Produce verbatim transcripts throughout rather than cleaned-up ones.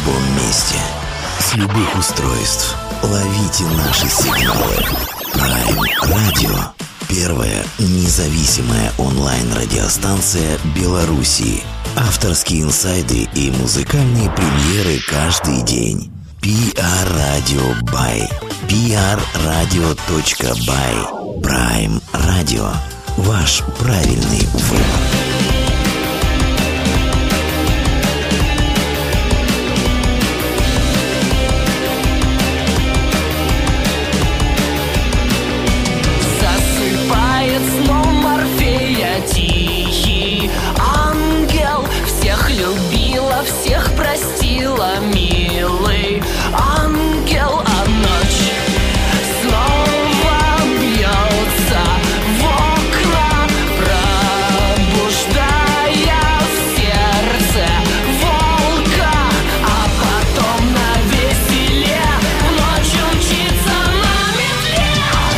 любом месте, с любых устройств. Ловите наши сигналы. Prime Radio. Первая независимая онлайн-радиостанция Беларуси. Авторские инсайды и музыкальные премьеры каждый день. пи ар Radio by пи ар радио точка бай. Prime Radio. Ваш правильный выбор. Всех простила, милый ангел, а ночь снова бьется в окна, пробуждая в сердце волка, а потом на веселе ночью мчится на метле.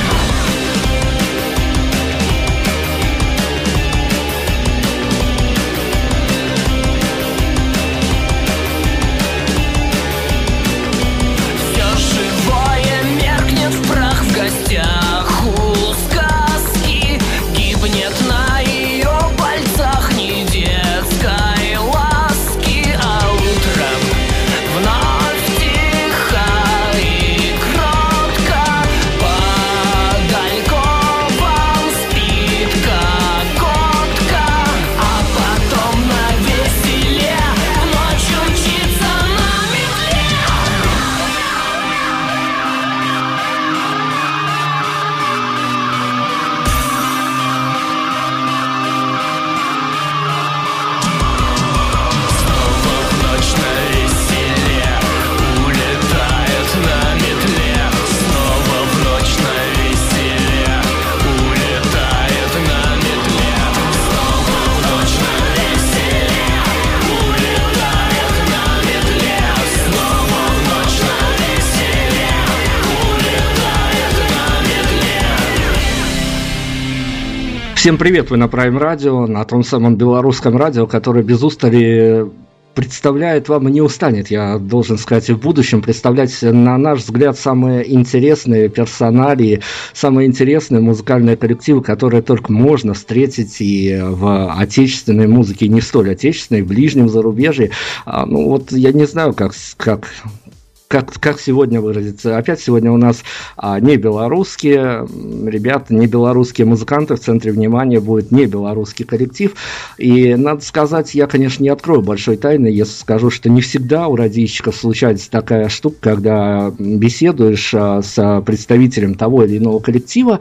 Всем привет, вы на Prime Radio, на том самом белорусском радио, которое без устали представляет вам и не устанет, я должен сказать, и в будущем представлять, на наш взгляд, самые интересные персоналии, самые интересные музыкальные коллективы, которые только можно встретить и в отечественной музыке, и не столь отечественной, в ближнем зарубежье. А, ну вот я не знаю, как... как Как, как сегодня выразиться? Опять сегодня у нас а, не белорусские ребята, не белорусские музыканты, в центре внимания будет не белорусский коллектив. И надо сказать, я, конечно, не открою большой тайны, если скажу, что не всегда у радищиков случается такая штука, когда беседуешь а, с представителем того или иного коллектива.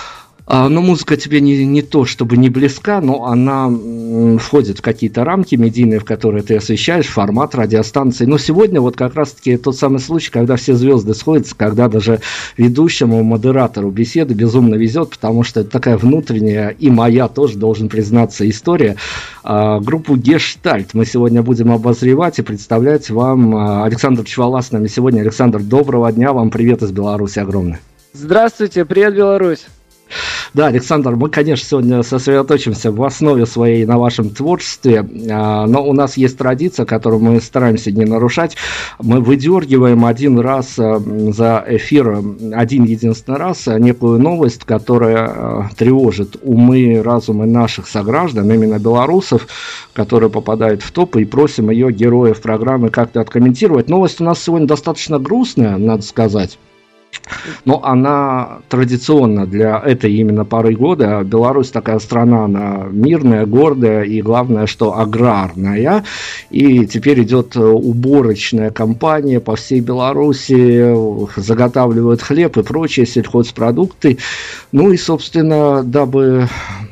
Но музыка тебе не, не то, чтобы не близка, но она входит в какие-то рамки медийные, в которые ты освещаешь, формат радиостанции. Но сегодня вот как раз-таки тот самый случай, когда все звезды сходятся, когда даже ведущему, модератору беседы безумно везет, потому что это такая внутренняя, и моя тоже, должен признаться, история. Группу «Гештальт» мы сегодня будем обозревать и представлять вам. Александр Чвалас с нами сегодня. Александр, доброго дня, вам привет из Беларуси огромный. Здравствуйте, привет, Беларусь. Да, Александр, мы, конечно, сегодня сосредоточимся в основе своей на вашем творчестве, но у нас есть традиция, которую мы стараемся не нарушать. Мы выдергиваем один раз за эфир, один единственный раз, некую новость, которая тревожит умы, разумы наших сограждан, именно белорусов, которые попадают в топ, и просим ее, героев программы, как-то откомментировать. Новость у нас сегодня достаточно грустная, надо сказать. Но она традиционно для этой именно поры года. Беларусь такая страна, она мирная, гордая и, главное, что аграрная. И теперь идет уборочная кампания по всей Беларуси, заготавливают хлеб и прочие сельхозпродукты. Ну и, собственно, дабы...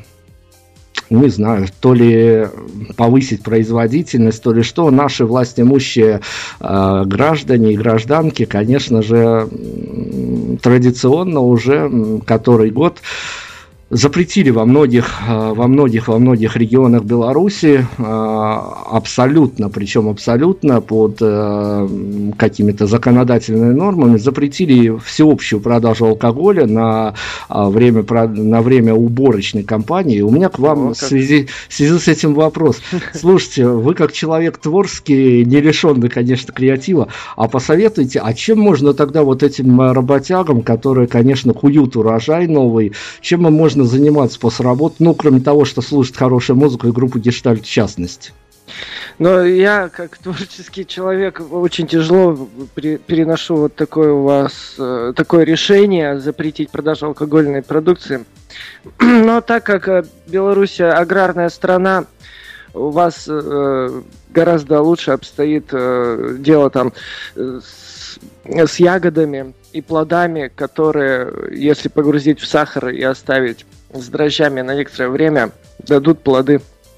не знаю, то ли повысить производительность, то ли что, наши властимущие э, граждане и гражданки, конечно же, традиционно уже который год запретили во многих, во многих, во многих регионах Беларуси, абсолютно, причем абсолютно под какими-то законодательными нормами, запретили всеобщую продажу алкоголя на время, на время уборочной кампании. У меня к вам О, в, связи, в связи с этим вопрос. Слушайте, вы как человек творческий, не лишенный, конечно, креатива, а посоветуйте, а чем можно тогда вот этим работягам, которые, конечно, куют урожай новый, чем им можно заниматься после работы, ну, кроме того, что слушать хорошую музыку и группу Гештальт в частности? Но я, как творческий человек, очень тяжело переношу вот такое у вас, такое решение запретить продажу алкогольной продукции. Но так как Беларусь аграрная страна, у вас гораздо лучше обстоит дело там с, с ягодами и плодами, которые, если погрузить в сахар и оставить с дрожжами на некоторое время, дадут плоды.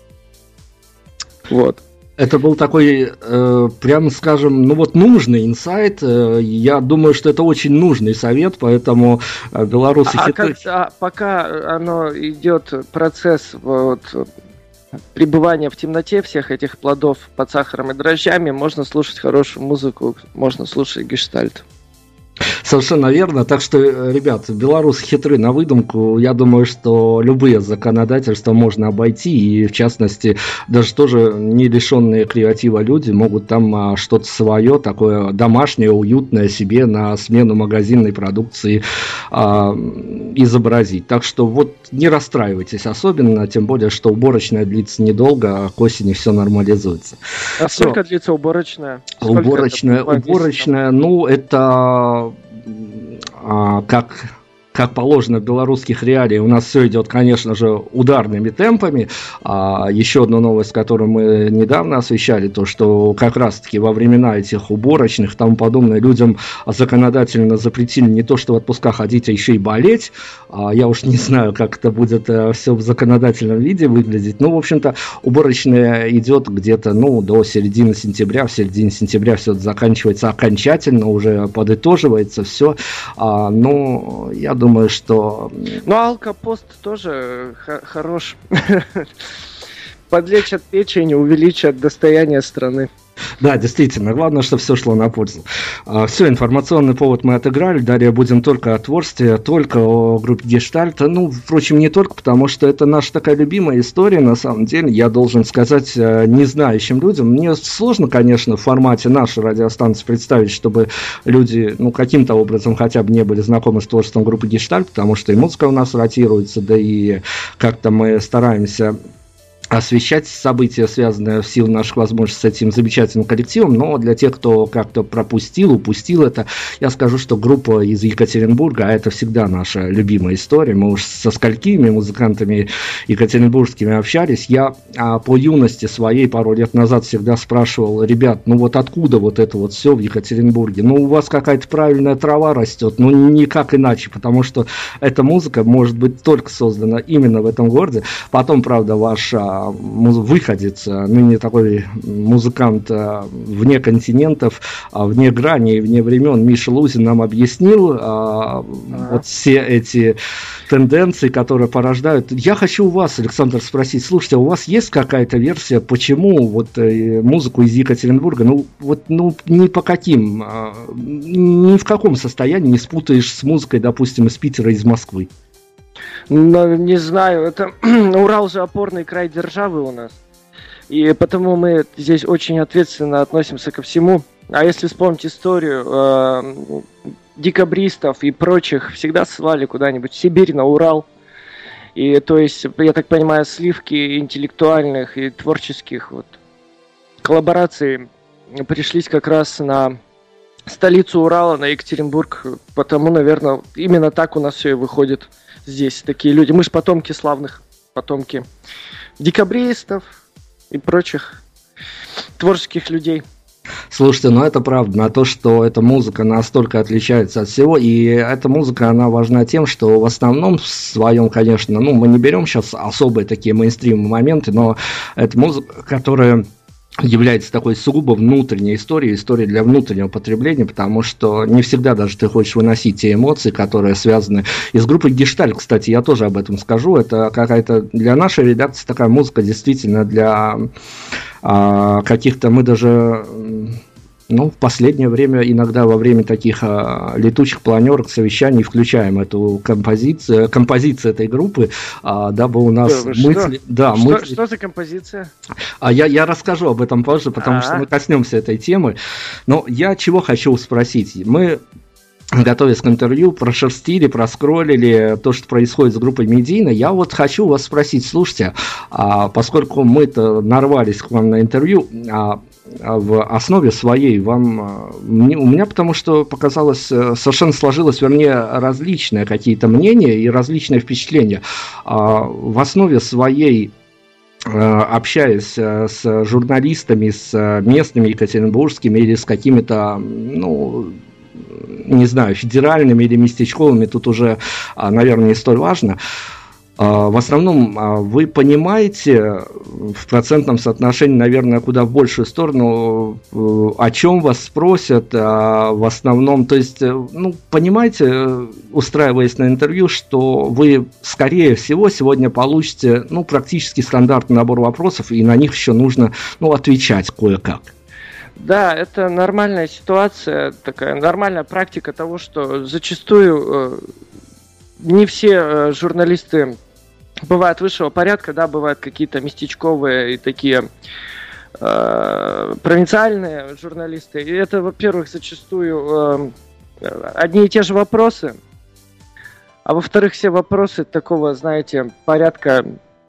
Вот. Это был такой, э, прямо скажем, ну вот нужный инсайт. Э, я думаю, что это очень нужный совет, поэтому э, белорусы... А, хитры... как, а пока оно идет процесс вот, пребывания в темноте всех этих плодов под сахаром и дрожжами, можно слушать хорошую музыку, можно слушать гештальт. Совершенно верно. Так что, ребят, белорусы хитры на выдумку. Я думаю, что любые законодательства можно обойти. И, в частности, даже тоже не лишенные креатива люди могут там а, что-то свое, такое домашнее, уютное себе на смену магазинной продукции а, изобразить. Так что вот не расстраивайтесь особенно, тем более, что уборочная длится недолго, а к осени все нормализуется. А все. Сколько длится уборочная? Сколько уборочная, уборочная, ну, это... А, как, как положено в белорусских реалиях, у нас все идет, конечно же, ударными темпами. А еще одна новость, которую мы недавно освещали, то, что как раз-таки во времена этих уборочных и тому подобное людям законодательно запретили не то, что в отпуска ходить, а еще и болеть. А я уж не знаю, как это будет все в законодательном виде выглядеть. Ну, в общем-то, уборочная идет где-то, ну, до середины сентября. В середине сентября все это заканчивается окончательно, уже подытоживается все. А, ну, я думаю, Думаю, что... Ну, алкопост тоже х- хорош. Подлечат печень, увеличат достояние страны. Да, действительно, главное, чтобы все шло на пользу. А, все, информационный повод мы отыграли. Далее будем только о творчестве, только о группе Гештальт. Ну, впрочем, не только, потому что это наша такая любимая история, на самом деле. Я должен сказать незнающим людям. Мне сложно, конечно, в формате нашей радиостанции представить, чтобы люди, ну, каким-то образом хотя бы не были знакомы с творчеством группы Гештальт, потому что и музыка у нас ротируется, да и как-то мы стараемся освещать события, связанные в силу наших возможностей с этим замечательным коллективом, но для тех, кто как-то пропустил, упустил это, я скажу, что группа из Екатеринбурга, а это всегда наша любимая история, мы уж со сколькими музыкантами екатеринбургскими общались, я а, по юности своей пару лет назад всегда спрашивал: ребят, ну вот откуда вот это вот все в Екатеринбурге? Ну у вас какая-то правильная трава растет, ну никак иначе, потому что эта музыка может быть только создана именно в этом городе. Потом, правда, ваша выходец, ныне такой музыкант вне континентов, вне грани, вне времен, Миша Лузин нам объяснил а, вот все эти тенденции, которые порождают. Я хочу у вас, Александр, спросить, слушайте, у вас есть какая-то версия, почему вот музыку из Екатеринбурга, ну вот ну ни по каким, ни в каком состоянии не спутаешь с музыкой, допустим, из Питера, из Москвы? Ну, не знаю, это Урал же опорный край державы у нас, и потому мы здесь очень ответственно относимся ко всему. А если вспомнить историю э, декабристов и прочих, всегда ссылали куда-нибудь в Сибирь, на Урал. И то есть, я так понимаю, сливки интеллектуальных и творческих вот коллабораций пришлись как раз на столицу Урала, на Екатеринбург. Потому, наверное, именно так у нас все и выходит. Здесь такие люди. Мы же потомки славных, потомки декабристов и прочих творческих людей. Слушайте, ну это правда, на то, что эта музыка настолько отличается от всего, и эта музыка, она важна тем, что в основном в своем, конечно, ну мы не берем сейчас особые такие мейнстримные моменты, но это музыка, которая является такой сугубо внутренней историей, историей для внутреннего потребления, потому что не всегда даже ты хочешь выносить те эмоции, которые связаны. Из группы Гештальт, кстати, я тоже об этом скажу, это какая-то для нашей редакции такая музыка действительно для а, каких-то, мы даже... Ну, в последнее время, иногда во время таких а, летучих планерок, совещаний включаем эту композицию, композицию этой группы, а, дабы у нас да, мысли... Что? Да, что, мысли... что за композиция? А я, я расскажу об этом позже, потому А-а-а. что мы коснемся этой темы. Но я чего хочу спросить. Мы... готовясь к интервью, прошерстили, проскроллили то, что происходит с группой Медийна. Я вот хочу вас спросить, слушайте, а, поскольку мы-то нарвались к вам на интервью, а, а в основе своей вам, а, мне, у меня потому что показалось, совершенно сложилось, вернее, различные какие-то мнения и различные впечатления. А, в основе своей, общаясь с журналистами, с местными екатеринбургскими или с какими-то, ну, не знаю, федеральными или местечковыми, тут уже, наверное, не столь важно. В основном вы понимаете в процентном соотношении, наверное, куда в большую сторону, о чем вас спросят, в основном, то есть, ну, понимаете, устраиваясь на интервью, что вы, скорее всего, сегодня получите, ну, практически стандартный набор вопросов, и на них еще нужно, ну, отвечать кое-как. Да, это нормальная ситуация, такая нормальная практика того, что зачастую э, не все э, журналисты бывают высшего порядка, да, бывают какие-то местечковые и такие э, провинциальные журналисты. И это, во-первых, зачастую э, одни и те же вопросы, а во-вторых, все вопросы такого, знаете, порядка,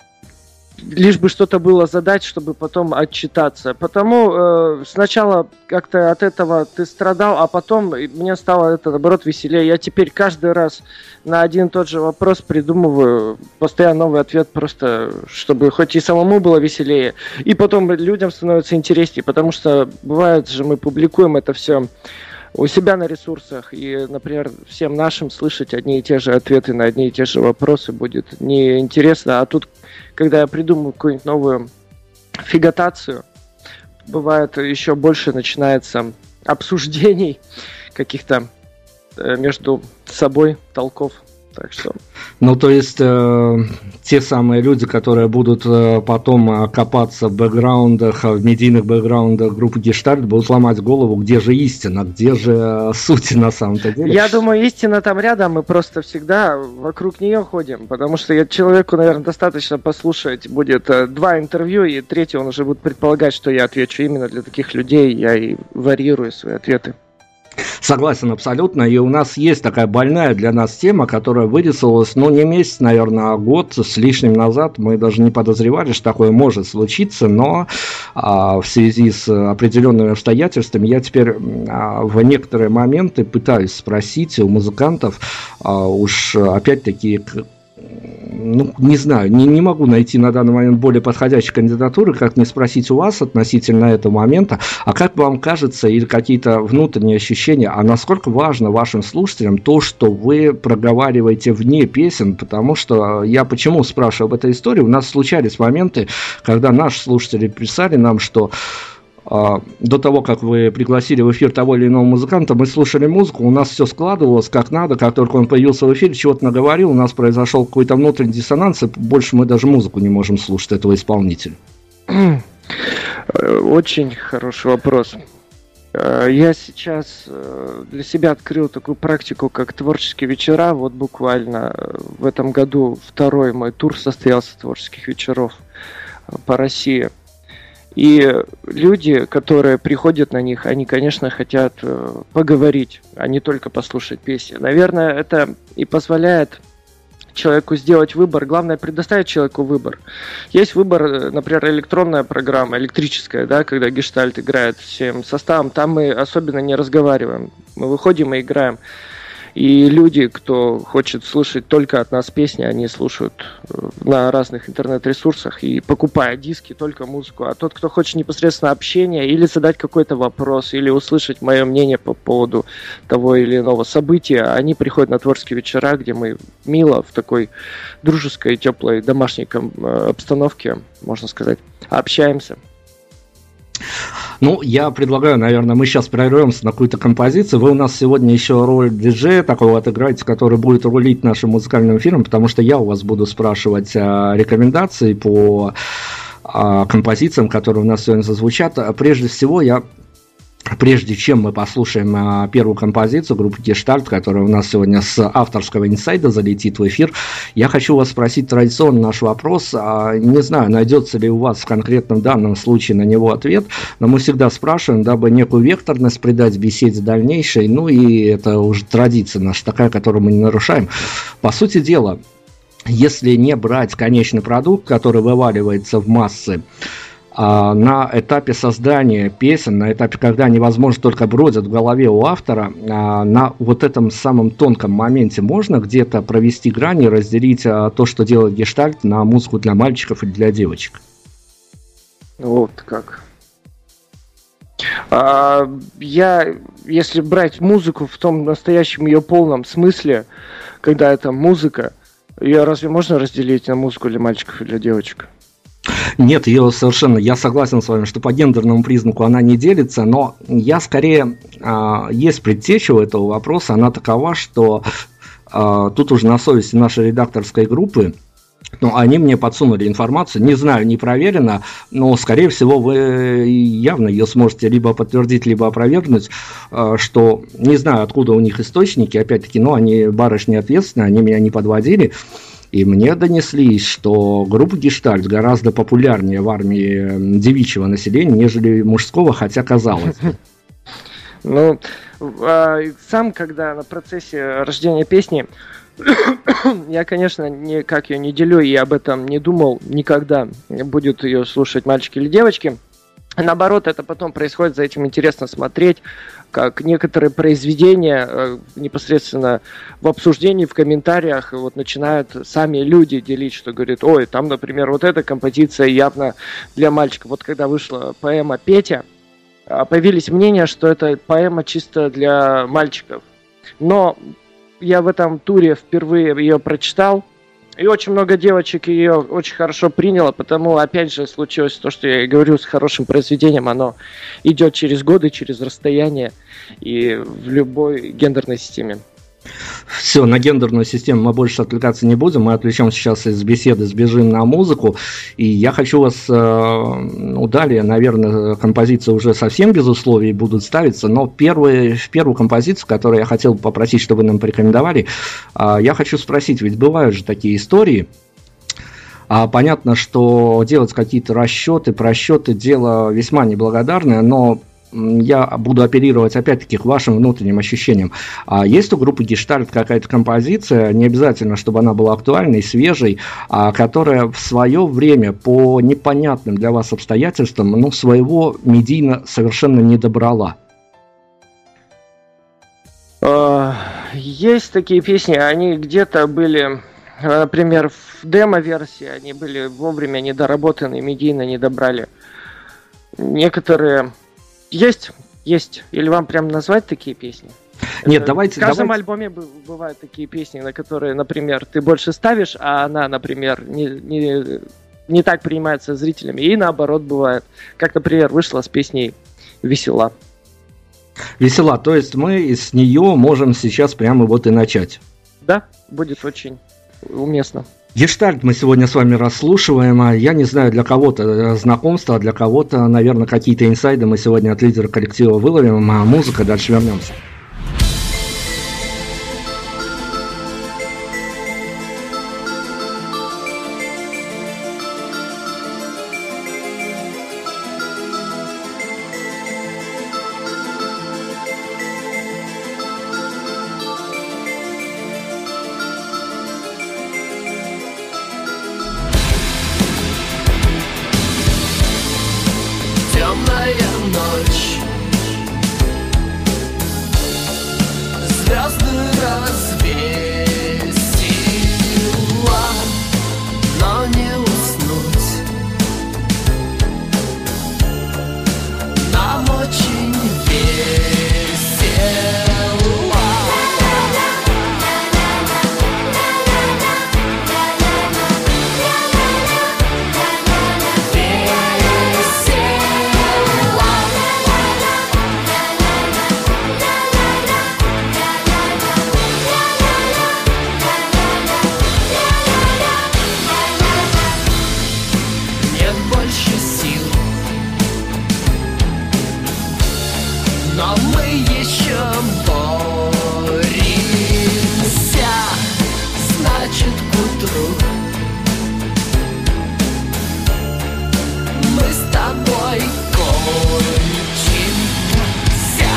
лишь бы что-то было задать, чтобы потом отчитаться. Потому э, сначала как-то от этого ты страдал, а потом мне стало это, наоборот, веселее. Я теперь каждый раз на один и тот же вопрос придумываю постоянно новый ответ, просто чтобы хоть и самому было веселее, и потом людям становится интереснее, потому что бывает же, мы публикуем это все у себя на ресурсах, и, например, всем нашим слышать одни и те же ответы на одни и те же вопросы будет неинтересно, а тут, когда я придумаю какую-нибудь новую фиготацию, бывает еще больше начинается обсуждений каких-то между собой, толков. Так что... Ну, то есть, э, те самые люди, которые будут э, потом э, копаться в бэкграундах, в медийных бэкграундах группы Гештальт, будут ломать голову, где же истина, где же э, суть на самом-то деле. Я думаю, истина там рядом, мы просто всегда вокруг нее ходим, потому что человеку, наверное, достаточно послушать будет э, два интервью, и третье он уже будет предполагать, что я отвечу. Именно для таких людей я и варьирую свои ответы. Согласен абсолютно, и у нас есть такая больная для нас тема, которая вырисовалась, ну, не месяц, наверное, а год с лишним назад. Мы даже не подозревали, что такое может случиться, но а, в связи с определенными обстоятельствами я теперь а, в некоторые моменты пытаюсь спросить у музыкантов, а, уж опять-таки... Ну, не знаю, не, не могу найти на данный момент более подходящей кандидатуры, как не спросить у вас относительно этого момента, а как вам кажется, или какие-то внутренние ощущения, а насколько важно вашим слушателям то, что вы проговариваете вне песен, потому что я почему спрашиваю об этой истории, у нас случались моменты, когда наши слушатели писали нам, что до того, как вы пригласили в эфир того или иного музыканта, мы слушали музыку, у нас все складывалось как надо, как только он появился в эфире, чего-то наговорил, у нас произошел какой-то внутренний диссонанс, и больше мы даже музыку не можем слушать этого исполнителя. Очень хороший вопрос. Я сейчас для себя открыл такую практику, как творческие вечера. Вот буквально в этом году второй мой тур состоялся творческих вечеров по России. И люди, которые приходят на них, они, конечно, хотят поговорить, а не только послушать песни. Наверное, это и позволяет человеку сделать выбор. Главное, предоставить человеку выбор. Есть выбор, например, электронная программа, электрическая, да, когда Гештальт играет всем составом, там мы особенно не разговариваем. Мы выходим и играем. И люди, кто хочет слушать только от нас песни, они слушают на разных интернет-ресурсах и покупая диски, только музыку. А тот, кто хочет непосредственно общения или задать какой-то вопрос, или услышать мое мнение по поводу того или иного события, они приходят на творческие вечера, где мы мило в такой дружеской, теплой, домашней обстановке, можно сказать, общаемся. Ну, я предлагаю, наверное, мы сейчас прервемся на какую-то композицию. Вы у нас сегодня еще роль диджея такого отыграете, который будет рулить нашим музыкальным эфиром, потому что я у вас буду спрашивать а, рекомендации по а, композициям, которые у нас сегодня зазвучат. Прежде всего, я... Прежде чем мы послушаем а, первую композицию группы Гештальт, которая у нас сегодня с авторского инсайда залетит в эфир, я хочу вас спросить традиционный наш вопрос. А, не знаю, найдется ли у вас в конкретном данном случае на него ответ, но мы всегда спрашиваем, дабы некую векторность придать беседе дальнейшей, ну и это уже традиция наша такая, которую мы не нарушаем. По сути дела, если не брать конечный продукт, который вываливается в массы, на этапе создания песен, на этапе, когда они, возможно, только бродят в голове у автора, на вот этом самом тонком моменте можно где-то провести грани, разделить то, что делает Гештальт, на музыку для мальчиков и для девочек? Вот как. А, я, если брать музыку в том настоящем ее полном смысле, когда это музыка, ее разве можно разделить на музыку для мальчиков и для девочек? Нет, ее совершенно, я согласен с вами, что по гендерному признаку она не делится, но я скорее, а, есть предтеча у этого вопроса, она такова, что а, тут уже на совести нашей редакторской группы, ну, они мне подсунули информацию, не знаю, не проверено, но, скорее всего, вы явно ее сможете либо подтвердить, либо опровергнуть, что, не знаю, откуда у них источники, опять-таки, ну, они барышни ответственные, они меня не подводили. И мне донесли, что группа Гештальт гораздо популярнее в армии девичьего населения, нежели мужского, хотя казалось бы. Ну, сам, когда на процессе рождения песни, я, конечно, никак ее не делю и об этом не думал никогда, будут ее слушать мальчики или девочки. Наоборот, это потом происходит, за этим интересно смотреть, как некоторые произведения э, непосредственно в обсуждении, в комментариях вот начинают сами люди делить, что говорят, ой, там, например, вот эта композиция явно для мальчиков. Вот когда вышла поэма «Петя», появились мнения, что это поэма чисто для мальчиков. Но я в этом туре впервые ее прочитал, и очень много девочек ее очень хорошо приняло, потому, опять же, случилось то, что я и говорю, с хорошим произведением, оно идет через годы, через расстояние и в любой гендерной системе. Все, на гендерную систему мы больше отвлекаться не будем, мы отвлечем сейчас из беседы, сбежим на музыку, и я хочу вас, ну, далее, наверное, композиции уже совсем без условий будут ставиться, но первые, в первую композицию, которую я хотел попросить, чтобы вы нам порекомендовали, я хочу спросить, ведь бывают же такие истории. Понятно, что делать какие-то расчеты, просчеты, дело весьма неблагодарное, но я буду апеллировать опять-таки к вашим внутренним ощущениям. А есть у группы Гештальт какая-то композиция, не обязательно, чтобы она была актуальной, свежей, а которая в свое время по непонятным для вас обстоятельствам, ну, своего медийно совершенно не добрала? Есть такие песни, они где-то были, например, в демо-версии, они были вовремя недоработаны, медийно не добрали. Некоторые... Есть, есть. Или вам прям назвать такие песни? Нет, давайте... В каждом давайте... альбоме бывают такие песни, на которые, например, ты больше ставишь, а она, например, не, не, не так принимается зрителями. И наоборот бывает. Как, например, вышла с песней «Весела». «Весела», то есть мы с нее можем сейчас прямо вот и начать. Да, будет очень уместно. Гештальт мы сегодня с вами расслушиваем. Я не знаю, для кого-то знакомство, а для кого-то, наверное, какие-то инсайды мы сегодня от лидера коллектива выловим. А музыка, дальше вернемся. но мы еще боремся. Значит, к утру мы с тобой кончимся.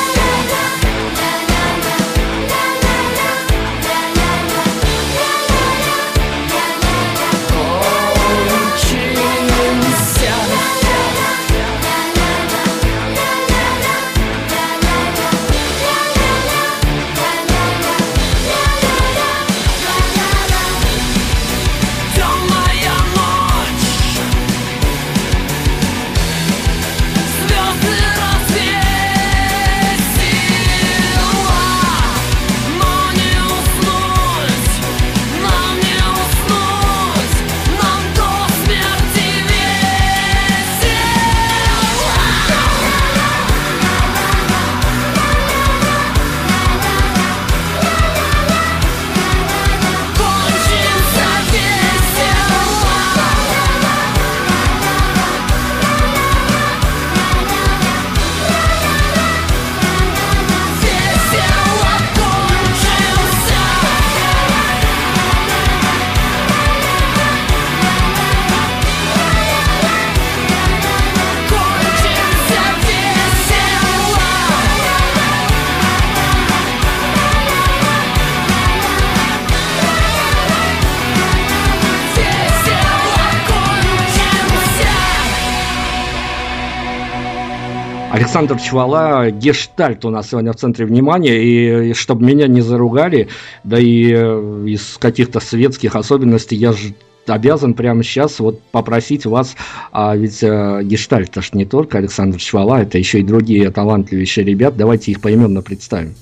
Александр Чвала, Гештальт у нас сегодня в центре внимания, и, и чтобы меня не заругали, да и э, из каких-то светских особенностей я же обязан прямо сейчас вот попросить вас, а ведь э, Гештальт это ж не только Александр Чвала, это еще и другие талантливейшие ребят, давайте их поименно представим.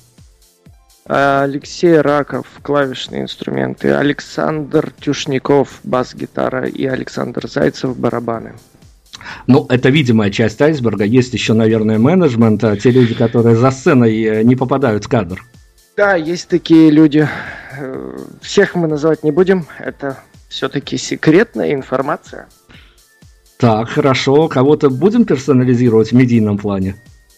Алексей Раков, клавишные инструменты, Александр Тюшников, бас-гитара и Александр Зайцев, барабаны. Ну, это видимая часть айсберга. Есть еще, наверное, менеджмент, те люди, которые за сценой не попадают в кадр. Да, есть такие люди. Всех мы называть не будем. Это все-таки секретная информация. Так, хорошо. Кого-то будем персонализировать в медийном плане?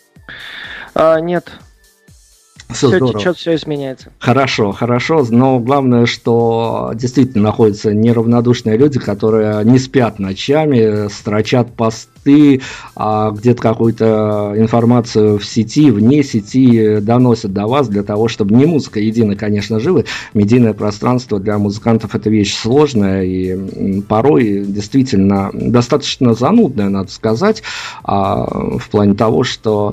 А, нет. Все, все здорово. течет, все изменяется. Хорошо, хорошо, но главное, что действительно находятся неравнодушные люди, которые не спят ночами, строчат посты, а где-то какую-то информацию в сети, вне сети доносят до вас для того, чтобы не музыка единая, конечно, живы. Медийное пространство для музыкантов это вещь сложная и порой действительно достаточно занудная, надо сказать, а, в плане того, что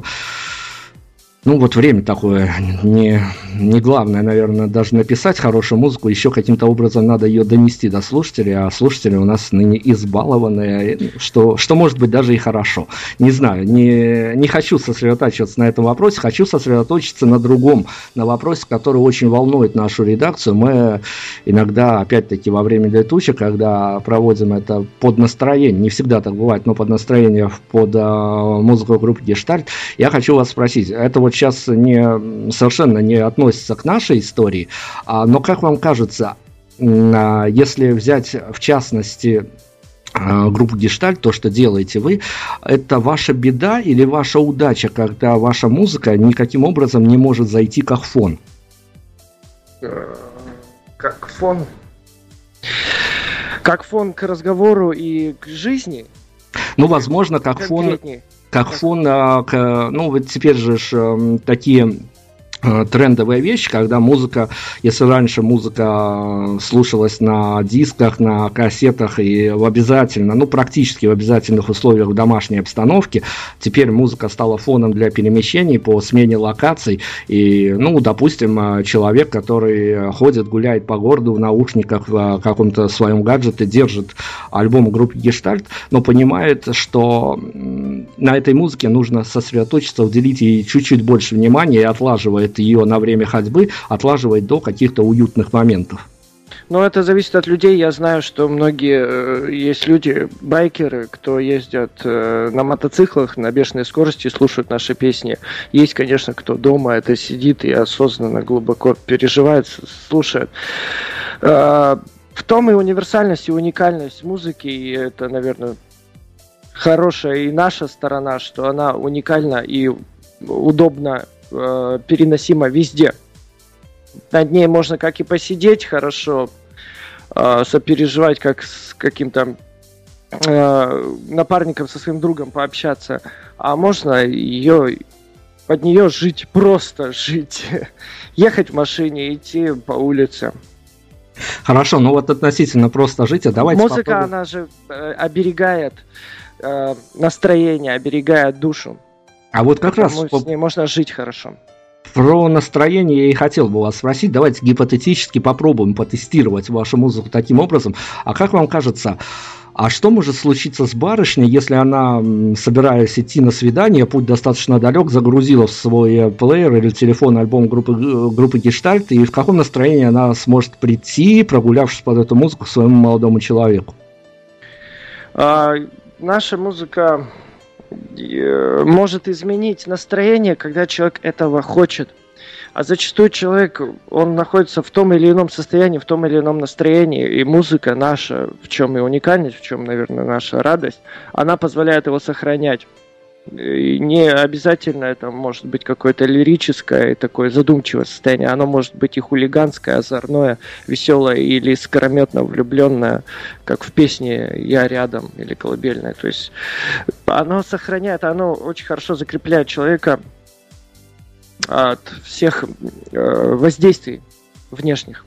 ну вот время такое, не, не главное, наверное, даже написать хорошую музыку, еще каким-то образом надо ее донести до слушателей, а слушатели у нас ныне избалованные, что, что может быть даже и хорошо. Не знаю, не, не хочу сосредотачиваться на этом вопросе, хочу сосредоточиться на другом, на вопросе, который очень волнует нашу редакцию. Мы иногда, опять-таки, во время летучек, когда проводим это под настроение, не всегда так бывает, но под настроение под а, музыку группы Гештальт, я хочу вас спросить, это вот сейчас не, совершенно не относится к нашей истории, а, но как вам кажется, а, если взять в частности а, группу Гештальт, то, что делаете вы, это ваша беда или ваша удача, когда ваша музыка никаким образом не может зайти как фон? Как фон? Как фон к разговору и к жизни? Ну, возможно, как фон... Как фон, ну вот теперь же ж, такие трендовая вещь, когда музыка, если раньше музыка слушалась на дисках, на кассетах и в обязательно, ну практически в обязательных условиях в домашней обстановке, теперь музыка стала фоном для перемещений по смене локаций. И, ну, допустим, человек, который ходит, гуляет по городу в наушниках, в каком-то своем гаджете, держит альбом группы Гештальт, но понимает, что на этой музыке нужно сосредоточиться, уделить ей чуть-чуть больше внимания и отлаживает ее на время ходьбы, отлаживает до каких-то уютных моментов. Но это зависит от людей. Я знаю, что многие э, есть люди, байкеры, кто ездят э, на мотоциклах на бешеной скорости и слушают наши песни. Есть, конечно, кто дома это сидит и осознанно глубоко переживает, слушает. Э, в том и универсальность, и уникальность музыки, и это, наверное, хорошая и наша сторона, что она уникальна и удобно, э, переносима везде. Над ней можно как и посидеть хорошо, э, сопереживать, как с каким-то э, напарником, со своим другом пообщаться, а можно ее, под нее жить, просто жить, ехать в машине, идти по улице. Хорошо, ну вот относительно просто жить, а давайте Музыка, попробуем. она же э, оберегает э, настроение, оберегает душу. А вот как раз Потому с ней можно жить хорошо. про настроение я и хотел бы вас спросить. Давайте гипотетически попробуем потестировать вашу музыку таким образом. А как вам кажется, а что может случиться с барышней, если она, собираясь идти на свидание, путь достаточно далек, загрузила в свой плеер или телефон альбом группы, группы Гештальт, и в каком настроении она сможет прийти, прогулявшись под эту музыку, к своему молодому человеку? А, наша музыка э, может изменить настроение, когда человек этого хочет. А зачастую человек, он находится в том или ином состоянии, в том или ином настроении, и музыка наша, в чем и уникальность, в чем, наверное, наша радость, она позволяет его сохранять. И не обязательно это может быть какое-то лирическое и такое задумчивое состояние, оно может быть и хулиганское, озорное, веселое или скорометно влюбленное, как в песне «Я рядом» или колыбельное. То есть оно сохраняет, оно очень хорошо закрепляет человека от всех э, воздействий внешних.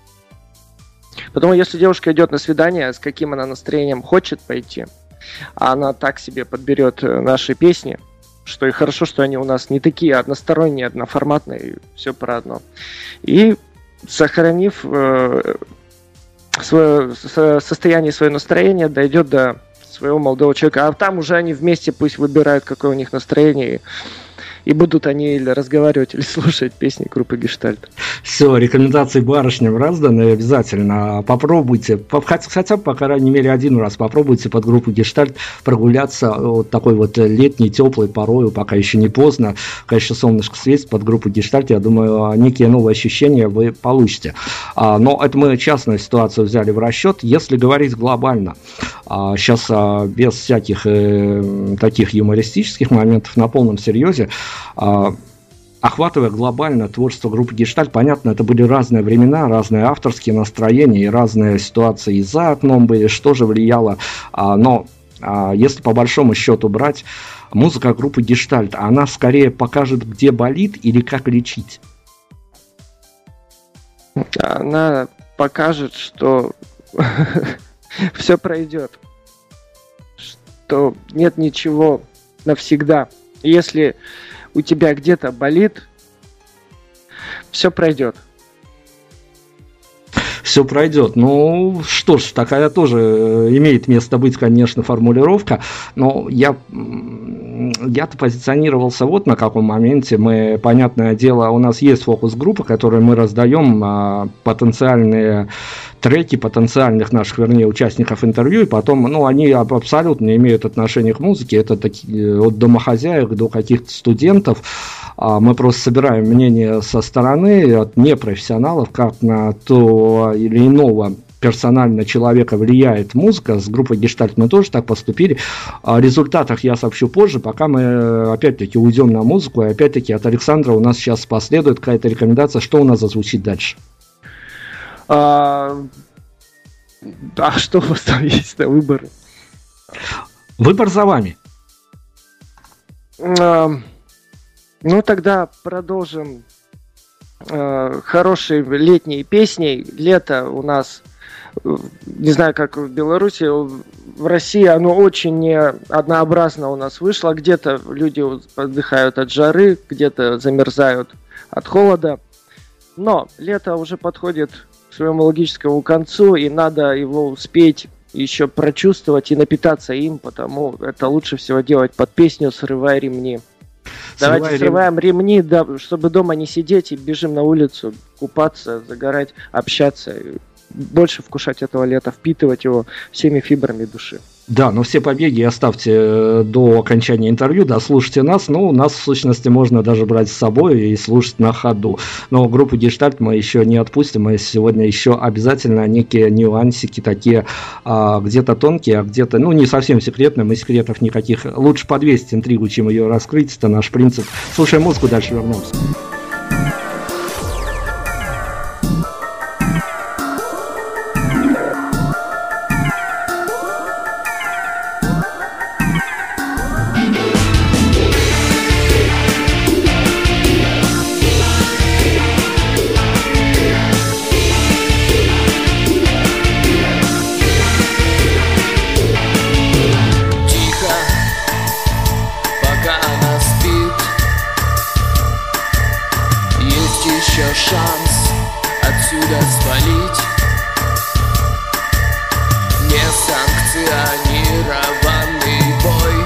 Потому если девушка идет на свидание, с каким она настроением хочет пойти, а она так себе подберет наши песни, что и хорошо, что они у нас не такие односторонние, одноформатные, все про одно. И сохранив э, свое со- состояние, свое настроение, дойдет до своего молодого человека. А там уже они вместе пусть выбирают, какое у них настроение, и будут они или разговаривать, или слушать песни группы Гештальт. Все, рекомендации барышням разданы, обязательно попробуйте, хотя бы, по крайней мере, один раз попробуйте под группу Гештальт прогуляться вот такой вот летней, теплой порою, пока еще не поздно, пока еще солнышко светит, под группу Гештальт, я думаю, некие новые ощущения вы получите. Но это мы частную ситуацию взяли в расчет. Если говорить глобально, сейчас без всяких таких юмористических моментов, на полном серьезе, охватывая глобально творчество группы Гештальт, понятно, это были разные времена, разные авторские настроения и разные ситуации и за окном были, что же влияло, но если по большому счету брать, музыка группы Гештальт, она скорее покажет, где болит или как лечить? Она покажет, что все пройдет, что нет ничего навсегда. Если у тебя где-то болит, все пройдет. Все пройдет. Ну, что ж, такая тоже имеет место быть, конечно, формулировка, но я, я-то позиционировался вот на каком моменте. Мы, понятное дело, у нас есть фокус-группа, которой мы раздаем а, потенциальные треки потенциальных наших, вернее, участников интервью, и потом, ну, они абсолютно не имеют отношения к музыке, это такие, от домохозяек до каких-то студентов, мы просто собираем мнение со стороны от непрофессионалов, как на то или иного персонально человека влияет музыка. С группой Гештальт мы тоже так поступили. О результатах я сообщу позже, пока мы опять-таки уйдем на музыку, и опять-таки от Александра у нас сейчас последует какая-то рекомендация, что у нас зазвучит дальше. А, а что у вас там есть на выбор? Выбор за вами. А, ну, тогда продолжим а, хорошей летней песней. Лето у нас, не знаю, как в Беларуси, в России оно очень не однообразно у нас вышло. Где-то люди отдыхают от жары, где-то замерзают от холода. Но лето уже подходит к своему логическому концу, и надо его успеть еще прочувствовать и напитаться им, потому это лучше всего делать под песню «Срывай ремни». Срывай Давайте рем... срываем ремни, да, чтобы дома не сидеть, и бежим на улицу, купаться, загорать, общаться, больше вкушать этого лета, впитывать его всеми фибрами души. Да, но все побеги оставьте до окончания интервью, да, слушайте нас, но у нас, в сущности, можно даже брать с собой и слушать на ходу. Но группу Гештальт мы еще не отпустим, мы сегодня еще обязательно некие нюансики такие, а, где-то тонкие, а где-то, ну, не совсем секретные, мы секретов никаких, лучше подвесить интригу, чем ее раскрыть, это наш принцип. Слушаем музыку, дальше вернемся. Шанс отсюда свалить. Несанкционированный бой.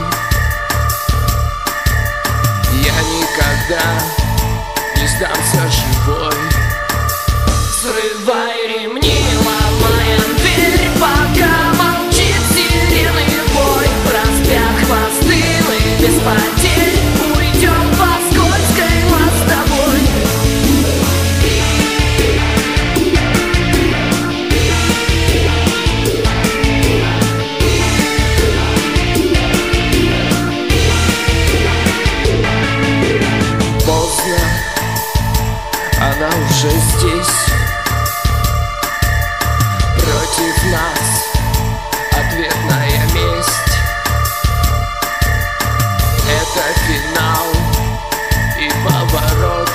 Я никогда не сдамся живой. Срывай ремни, ломаем дверь, пока молчит сирены бой. Распят хвосты мы без потерь, уйдем по скользкой мостовой. Она уже здесь. Против нас ответная месть. Это финал и поворот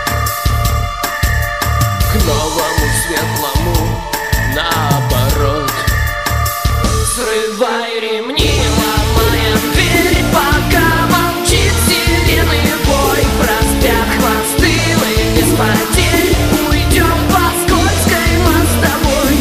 к новому светлому наоборот. Срывай ремни, ломаем дверь, пока молчит сирены бой. Распят хвосты мы без потерь, уйдем по скользкой мостовой.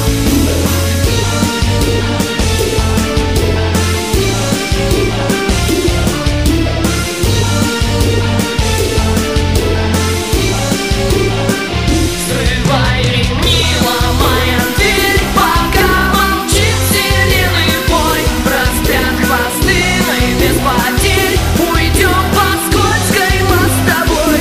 Срывай ремни, ломаем дверь, пока молчит сирены бой. Распят хвосты мы без потерь, уйдем по скользкой мостовой.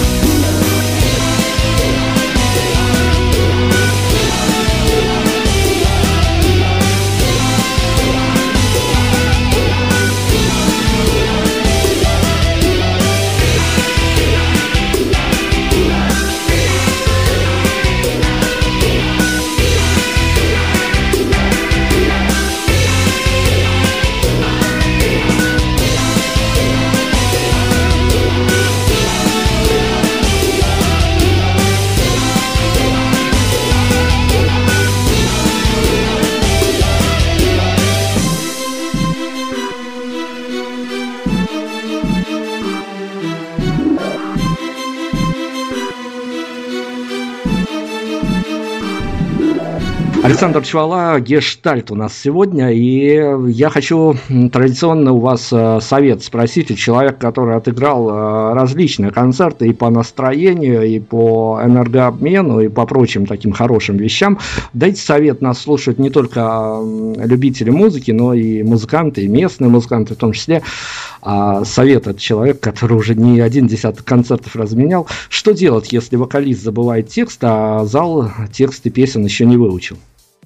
Александр Чвала, Гештальт у нас сегодня, и я хочу традиционно у вас совет спросить у человека, который отыграл различные концерты и по настроению, и по энергообмену, и по прочим таким хорошим вещам. Дайте совет, нас слушают не только любители музыки, но и музыканты, и местные музыканты в том числе. А совет от человека, который уже не один десяток концертов разменял. Что делать, если вокалист забывает текст, а зал тексты песен еще не выучил?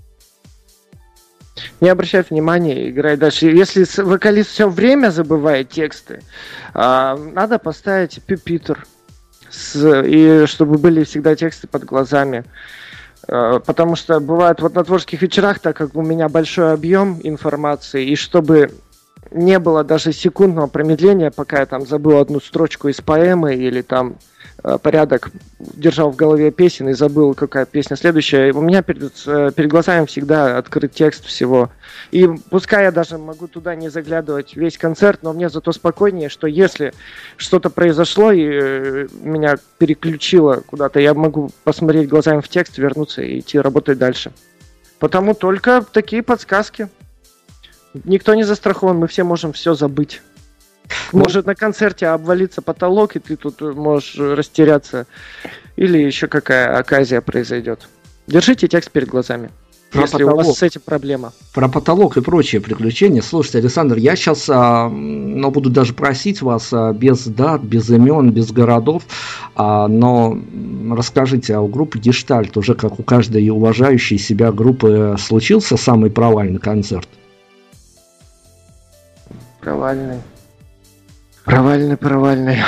Не обращай внимания, играй дальше. Если вокалист все время забывает тексты, надо поставить пюпитр, и чтобы были всегда тексты под глазами. Потому что бывает вот на творческих вечерах, так как у меня большой объем информации, и чтобы не было даже секундного промедления, пока я там забыл одну строчку из поэмы или там порядок держал в голове песен и забыл, какая песня следующая. У меня перед, перед глазами всегда открыт текст всего. И пускай я даже могу туда не заглядывать весь концерт, но мне зато спокойнее, что если что-то произошло и меня переключило куда-то, я могу посмотреть глазами в текст, вернуться и идти работать дальше. Потому только такие подсказки. Никто не застрахован, мы все можем все забыть. Может на концерте обвалиться потолок, и ты тут можешь растеряться. Или еще какая оказия произойдет. Держите текст перед глазами. Про если потолок. у вас с этим проблема. Про потолок и прочие приключения. Слушайте, Александр, я сейчас а, ну, буду даже просить вас а, без дат, без имен, без городов, а, но расскажите, а у группы Гештальт, уже как у каждой уважающей себя группы, случился самый провальный концерт? Провальный. Провальный, провальный.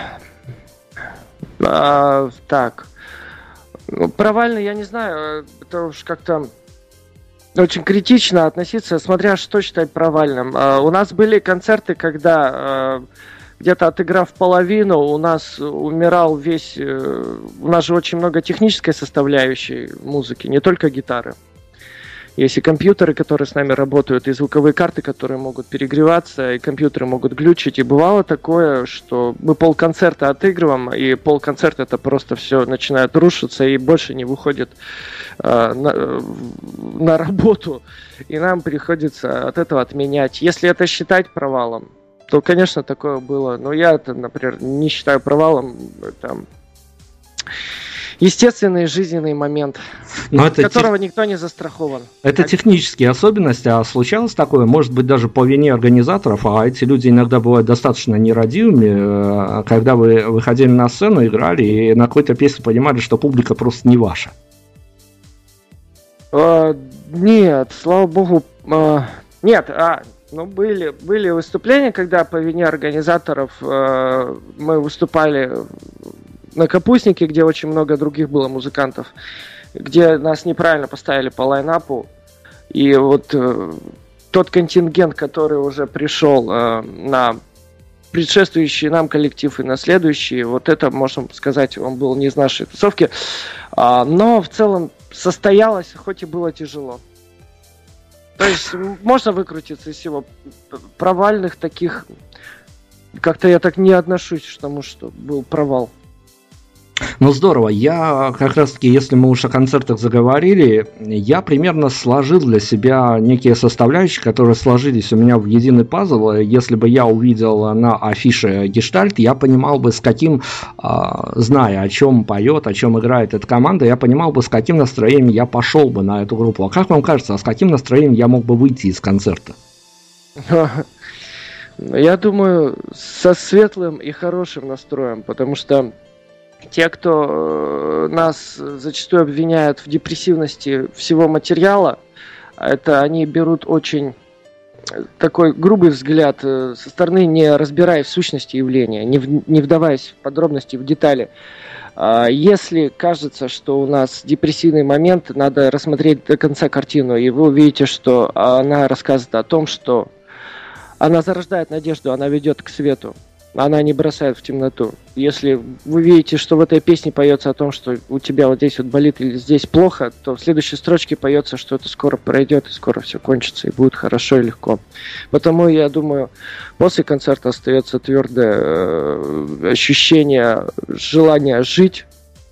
А, так. Ну, провальный, я не знаю, это уж как-то очень критично относиться, смотря что считать провальным. А, у нас были концерты, когда а, где-то отыграв половину, у нас умирал весь... У нас же очень много технической составляющей музыки, не только гитары. Есть и компьютеры, которые с нами работают, и звуковые карты, которые могут перегреваться, и компьютеры могут глючить. И бывало такое, что мы полконцерта отыгрываем, и полконцерта это просто все начинает рушиться, и больше не выходит э, на, на работу. И нам приходится от этого отменять. Если это считать провалом, то, конечно, такое было. Но я это, например, не считаю провалом. Там, естественный жизненный момент, Но от это которого тех... никто не застрахован. Это так... технические особенности, а случалось такое, может быть, даже по вине организаторов, а эти люди иногда бывают достаточно нерадивыми, когда вы выходили на сцену, играли, и на какой-то песне понимали, что публика просто не ваша. А, нет, слава богу, а, нет, а, ну были, были выступления, когда по вине организаторов а, мы выступали на Капустнике, где очень много других было музыкантов, где нас неправильно поставили по лайнапу, и вот э, тот контингент, который уже пришел э, на предшествующий нам коллектив и на следующий, вот это, можно сказать, он был не из нашей тусовки, а, но в целом состоялось, хоть и было тяжело. То есть можно выкрутиться из всего. Провальных таких, как-то я так не отношусь к тому, что был провал. Ну здорово, я как раз таки, если мы уж о концертах заговорили, я примерно сложил для себя некие составляющие, которые сложились у меня в единый пазл. Если бы я увидел на афише Гештальт, я понимал бы, с каким, зная, о чем поет, о чем играет эта команда, я понимал бы, с каким настроением я пошел бы на эту группу. А как вам кажется, а с каким настроением я мог бы выйти из концерта? Я думаю, со светлым и хорошим настроем, потому что те, кто нас зачастую обвиняют в депрессивности всего материала, это они берут очень такой грубый взгляд со стороны, не разбираясь в сущности явления, не, в, не вдаваясь в подробности, в детали. Если кажется, что у нас депрессивный момент, надо рассмотреть до конца картину, и вы увидите, что она рассказывает о том, что она зарождает надежду, она ведет к свету. Она не бросает в темноту. Если вы видите, что в этой песне поется о том, что у тебя вот здесь вот болит или здесь плохо, то в следующей строчке поется, что это скоро пройдет и скоро все кончится и будет хорошо и легко. Потому я думаю, после концерта остается твердое э, ощущение желания жить,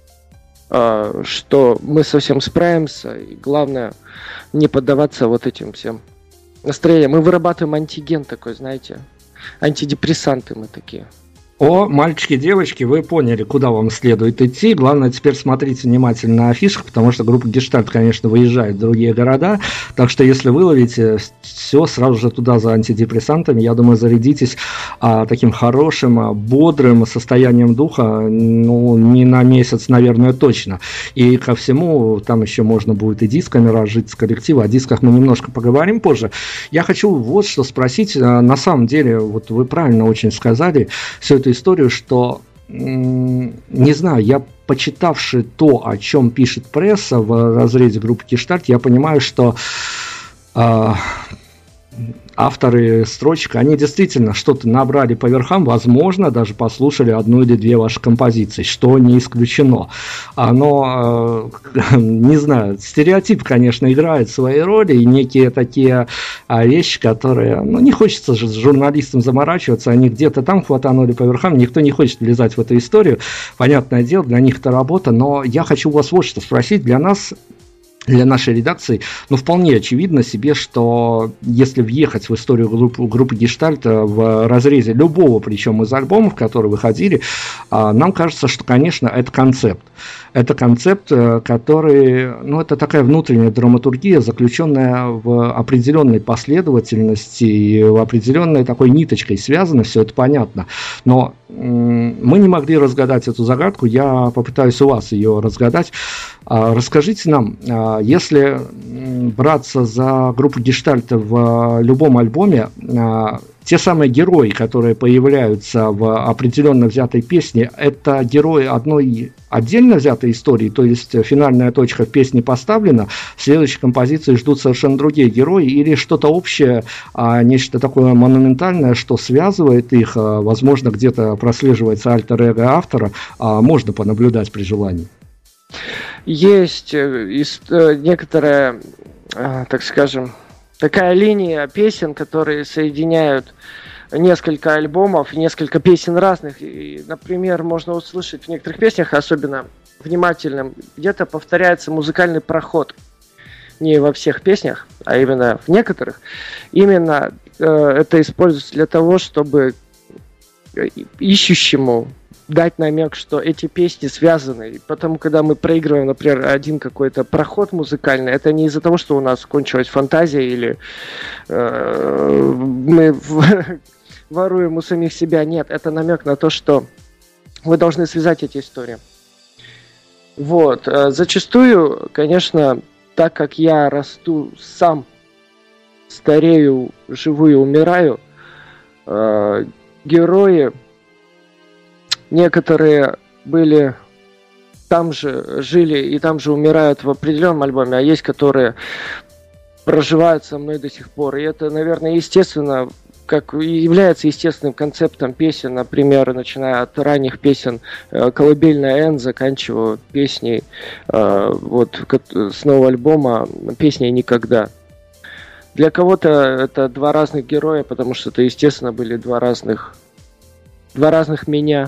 э, что мы совсем справимся, и главное не поддаваться вот этим всем настроениям. Мы вырабатываем антиген такой, знаете. Антидепрессанты мы такие. О, мальчики, девочки, вы поняли, куда вам следует идти. Главное, теперь смотрите внимательно на афишах, потому что группа Гештальт, конечно, выезжает в другие города. Так что, если вы ловите все, сразу же туда за антидепрессантами, я думаю, зарядитесь а, таким хорошим, а, бодрым состоянием духа, ну, не на месяц, наверное, точно. И ко всему, там еще можно будет и дисками разжить с коллектива. О дисках мы немножко поговорим позже. Я хочу вот что спросить. На самом деле, вот вы правильно очень сказали всю эту историю, что, не знаю, я, почитавши то, о чем пишет пресса в разрезе группы Гештальт, я понимаю, что э, авторы строчек, они действительно что-то набрали по верхам, возможно, даже послушали одну или две ваши композиции, что не исключено. Но, э, не знаю, стереотип, конечно, играет свои роли, и некие такие э, вещи, которые, ну, не хочется же с журналистом заморачиваться, они где-то там хватанули по верхам, никто не хочет влезать в эту историю, понятное дело, для них это работа, но я хочу у вас вот что спросить, для нас для нашей редакции, но вполне очевидно себе, что если въехать в историю группы, группы Гештальт в разрезе любого, причем из альбомов, которые выходили, нам кажется, что, конечно, это концепт. Это концепт, который, ну, это такая внутренняя драматургия, заключенная в определенной последовательности и в определенной такой ниточкой связано, все это понятно. Но м- мы не могли разгадать эту загадку, я попытаюсь у вас ее разгадать. А, расскажите нам, а, если браться за группу Гештальт в любом альбоме, а, те самые герои, которые появляются в определенно взятой песне, это герои одной отдельно взятой истории, то есть финальная точка в песне поставлена, в следующей композиции ждут совершенно другие герои, или что-то общее, нечто такое монументальное, что связывает их, возможно, где-то прослеживается альтер-эго автора, можно понаблюдать при желании. Есть некоторая, так скажем, такая линия песен, которые соединяют несколько альбомов, несколько песен разных. И, например, можно услышать в некоторых песнях, особенно внимательным, где-то повторяется музыкальный проход. Не во всех песнях, а именно в некоторых. Именно э, это используется для того, чтобы ищущему дать намек, что эти песни связаны. И потом, когда мы проигрываем, например, один какой-то проход музыкальный, это не из-за того, что у нас кончилась фантазия или э, мы воруем у самих себя. Нет, это намек на то, что вы должны связать эти истории. Вот. Зачастую, конечно, так как я расту сам, старею, живу и умираю, э, герои некоторые были там же, жили и там же умирают в определенном альбоме, а есть, которые проживают со мной до сих пор. И это, наверное, естественно, как является естественным концептом песен, например, начиная от ранних песен «Колыбельная Н», заканчивая песней вот, с нового альбома «Песней никогда». Для кого-то это два разных героя, потому что это, естественно, были два разных, два разных меня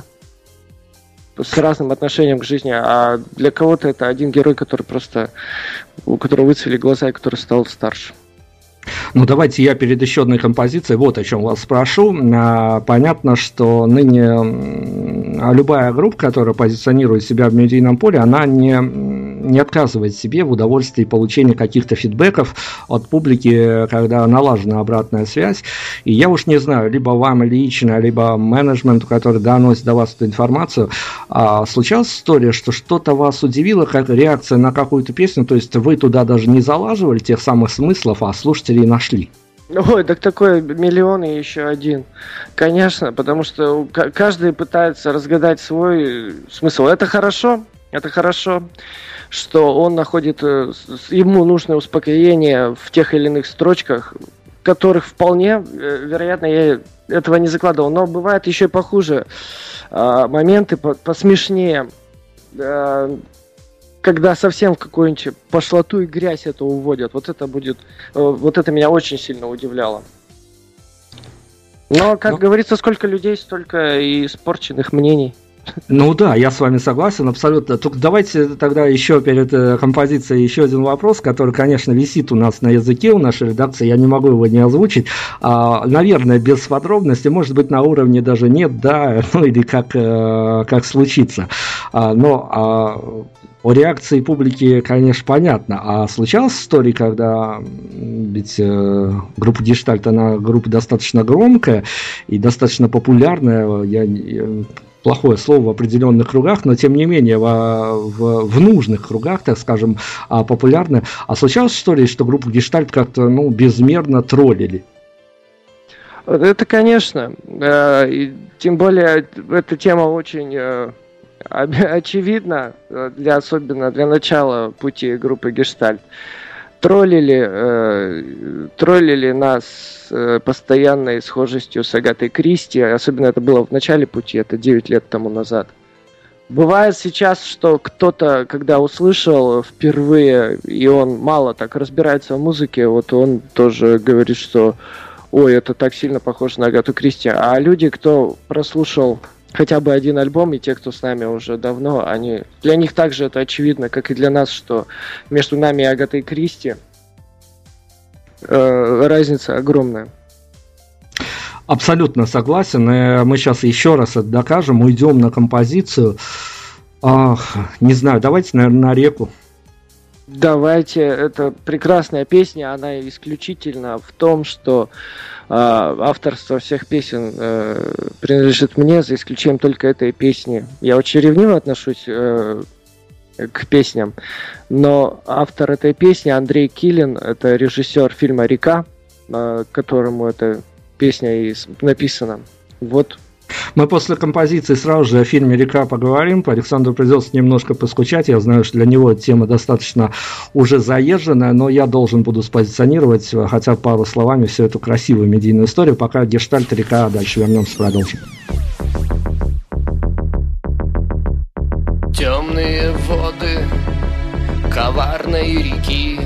с разным отношением к жизни, а для кого-то это один герой, который просто, у которого выцвели глаза и который стал старше. Ну, давайте я перед еще одной композицией вот о чем вас спрошу. Понятно, что ныне любая группа, которая позиционирует себя в медийном поле, она не, не отказывает себе в удовольствии получения каких-то фидбэков от публики, когда налажена обратная связь. И я уж не знаю, либо вам лично, либо менеджменту, который доносит до вас эту информацию, случалась история, что что-то вас удивило, как реакция на какую-то песню, то есть вы туда даже не залаживали тех самых смыслов, а слушатели нашли? Ой, так такой миллион и еще один. Конечно, потому что каждый пытается разгадать свой смысл. Это хорошо, это хорошо, что он находит ему нужное успокоение в тех или иных строчках, которых вполне, вероятно, я этого не закладывал. Но бывает еще и похуже. Моменты посмешнее, когда совсем в какую-нибудь пошлоту и грязь это уводят. Вот это будет, вот это меня очень сильно удивляло. Но, как ну, говорится, сколько людей, столько и испорченных мнений. Ну да, я с вами согласен, абсолютно. Только давайте тогда еще перед композицией еще один вопрос, который, конечно, висит у нас на языке, у нашей редакции, я не могу его не озвучить. А, наверное, без подробностей, может быть, на уровне даже нет, да, ну или как, как случится. А, но а, о реакции публики, конечно, понятно. А случалась история, когда ведь э, группа Гештальт, она группа достаточно громкая и достаточно популярная, я, я плохое слово в определенных кругах, но тем не менее в, в, в нужных кругах, так скажем, популярная. А случалось история, что группу Гештальт как-то ну, безмерно троллили? Это, конечно. Э, и тем более эта тема очень э, очевидна, для, особенно для начала пути группы Гештальт. Троллили, э, троллили нас э, постоянной схожестью с Агатой Кристи, особенно это было в начале пути, это девять лет тому назад. Бывает сейчас, что кто-то, когда услышал впервые, и он мало так разбирается в музыке, вот он тоже говорит, что ой, это так сильно похоже на Агату Кристи. А люди, кто прослушал хотя бы один альбом, и те, кто с нами уже давно, они для них также это очевидно, как и для нас, что между нами и Агатой Кристи э, разница огромная. Абсолютно согласен. И мы сейчас еще раз это докажем. Уйдем на композицию. Ах, не знаю, давайте, наверное, на реку. Давайте, это прекрасная песня, она исключительно в том, что э, авторство всех песен э, принадлежит мне, за исключением только этой песни. Я очень ревниво отношусь э, к песням, но автор этой песни Андрей Килин, это режиссер фильма «Река», э, которому эта песня и написана. Вот. Мы после композиции сразу же о фильме «Река» поговорим. По Александру придется немножко поскучать. Я знаю, что для него тема достаточно уже заезженная, но я должен буду спозиционировать хотя бы пару словами всю эту красивую медийную историю. Пока гештальт «Река», дальше вернемся, продолжим. Темные воды коварной реки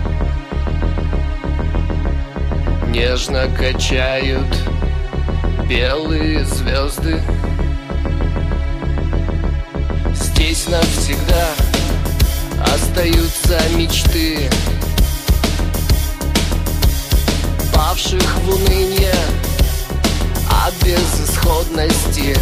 нежно качают белые звезды. Здесь навсегда остаются мечты павших в уныние от безысходности.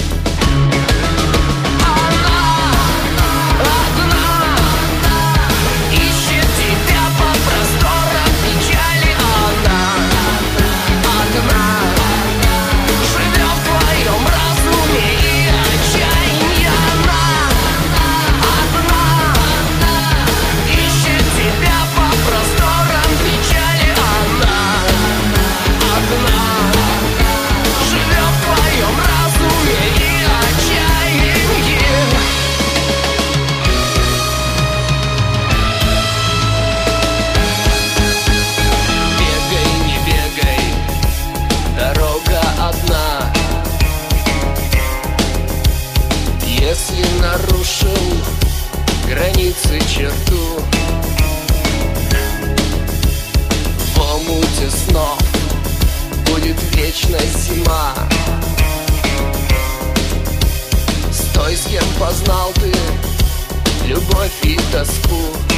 Границы черту в омуте снов будет вечно зима. Стой, с кем познал ты любовь и тоску.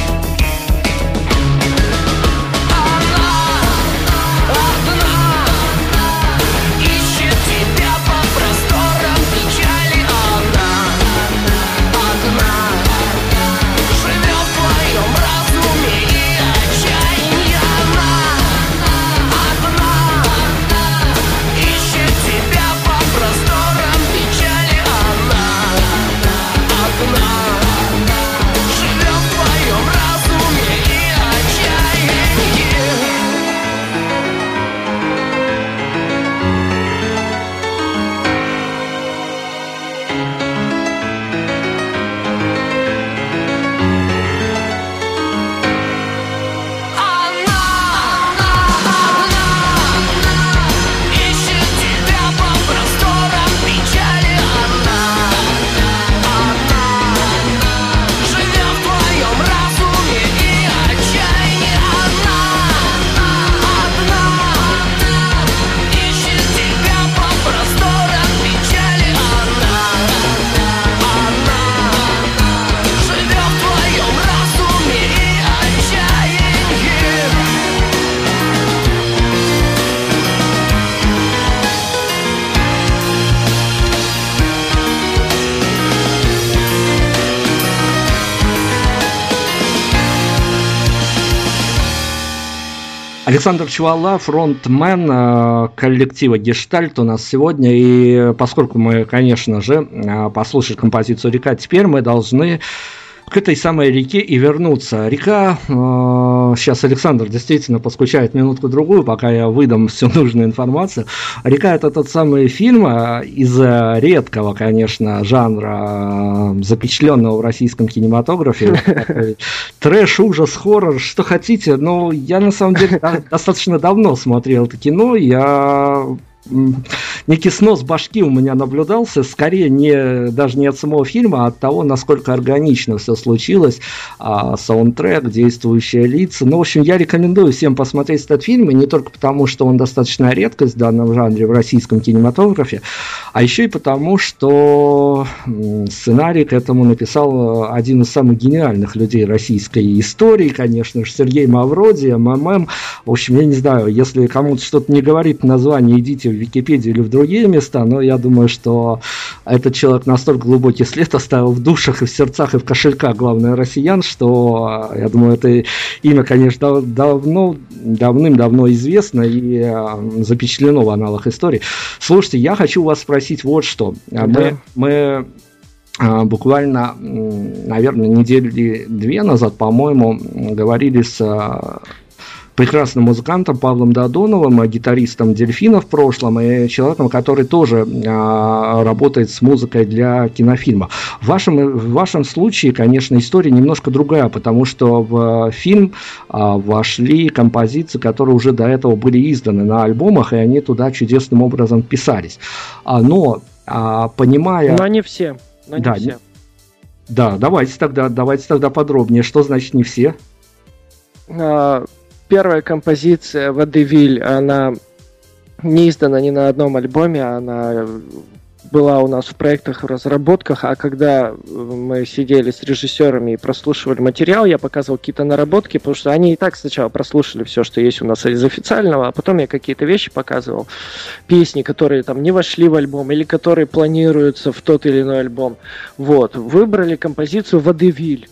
Александр Чвала, фронтмен коллектива «Гештальт» у нас сегодня. И поскольку мы, конечно же, послушали композицию «Река», теперь мы должны к этой самой реке и вернуться. Река, э, сейчас Александр действительно поскучает минутку-другую, пока я выдам всю нужную информацию. Река — это тот самый фильм из редкого, конечно, жанра, запечатленного в российском кинематографе. Трэш, ужас, хоррор, что хотите. Но я, на самом деле, достаточно давно смотрел это кино. Я некий снос башки у меня наблюдался, скорее не, даже не от самого фильма, а от того, насколько органично все случилось, а, саундтрек, действующие лица. Ну, в общем, я рекомендую всем посмотреть этот фильм, и не только потому, что он достаточно редкость в данном жанре в российском кинематографе, а еще и потому, что сценарий к этому написал один из самых гениальных людей российской истории, конечно же, Сергей Мавроди, эм эм эм. В общем, я не знаю, если кому-то что-то не говорит название, идите в Википедию или в другие места, но я думаю, что этот человек настолько глубокий след оставил в душах и в сердцах и в кошельках, главное, россиян, что, я думаю, это имя, конечно, давно, давным-давно известно и запечатлено в аналах истории. Слушайте, я хочу вас спросить вот что. Да. Мы, мы буквально, наверное, недели две назад, по-моему, говорили с прекрасным музыкантом Павлом Додоновым, гитаристом Дельфина в прошлом, и человеком, который тоже а, работает с музыкой для кинофильма. В вашем, в вашем случае, конечно, история немножко другая, потому что в фильм а, вошли композиции, которые уже до этого были изданы на альбомах, и они туда чудесным образом писались. А, но, а, понимая... Но не все. Но не да, все. Да, давайте тогда, давайте тогда подробнее. Что значит не все? А... Первая композиция «Водевиль», она не издана ни на одном альбоме, она была у нас в проектах, в разработках, а когда мы сидели с режиссерами и прослушивали материал, я показывал какие-то наработки, потому что они и так сначала прослушали все, что есть у нас из официального, а потом я какие-то вещи показывал, песни, которые там не вошли в альбом или которые планируются в тот или иной альбом. Вот, выбрали композицию «Водевиль».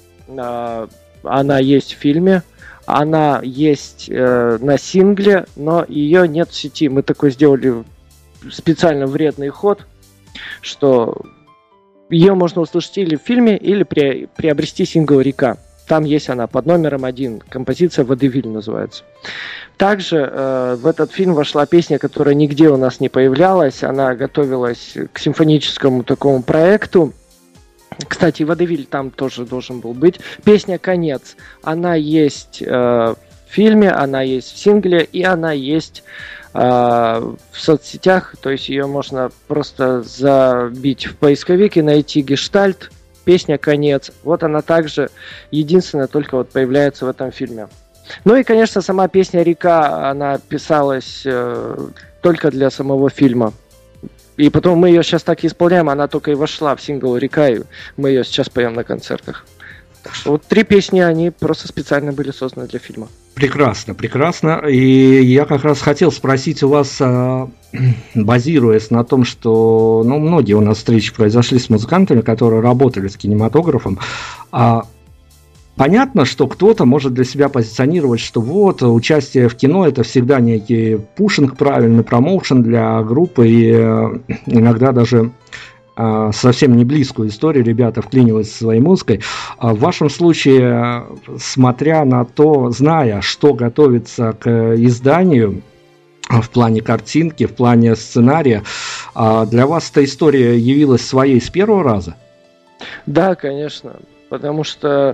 Она есть в фильме. Она есть э, на сингле, но ее нет в сети. Мы такой сделали специально вредный ход, что ее можно услышать или в фильме, или при, приобрести сингл «Река». Там есть она под номером один. Композиция «Водевиль» называется. Также э, в этот фильм вошла песня, которая нигде у нас не появлялась. Она готовилась к симфоническому такому проекту. Кстати, «Водевиль» там тоже должен был быть. Песня «Конец». Она есть э, в фильме, она есть в сингле, и она есть э, в соцсетях. То есть ее можно просто забить в поисковик и найти «Гештальт». Песня «Конец». Вот она также единственная только вот появляется в этом фильме. Ну и, конечно, сама песня «Река», она писалась э, только для самого фильма. И потом мы ее сейчас так и исполняем, она только и вошла в сингл «Река», и мы ее сейчас поем на концертах. Так что вот три песни, они просто специально были созданы для фильма. Прекрасно, прекрасно. И я как раз хотел спросить у вас, базируясь на том, что ну, многие у нас встречи произошли с музыкантами, которые работали с кинематографом, а понятно, что кто-то может для себя позиционировать, что вот, участие в кино – это всегда некий пушинг, правильный промоушен для группы, и иногда даже э, совсем не близкую историю ребята вклиниваются своей музыкой. А в вашем случае, смотря на то, зная, что готовится к изданию, в плане картинки, в плане сценария, для вас эта история явилась своей с первого раза? Да, конечно. Потому что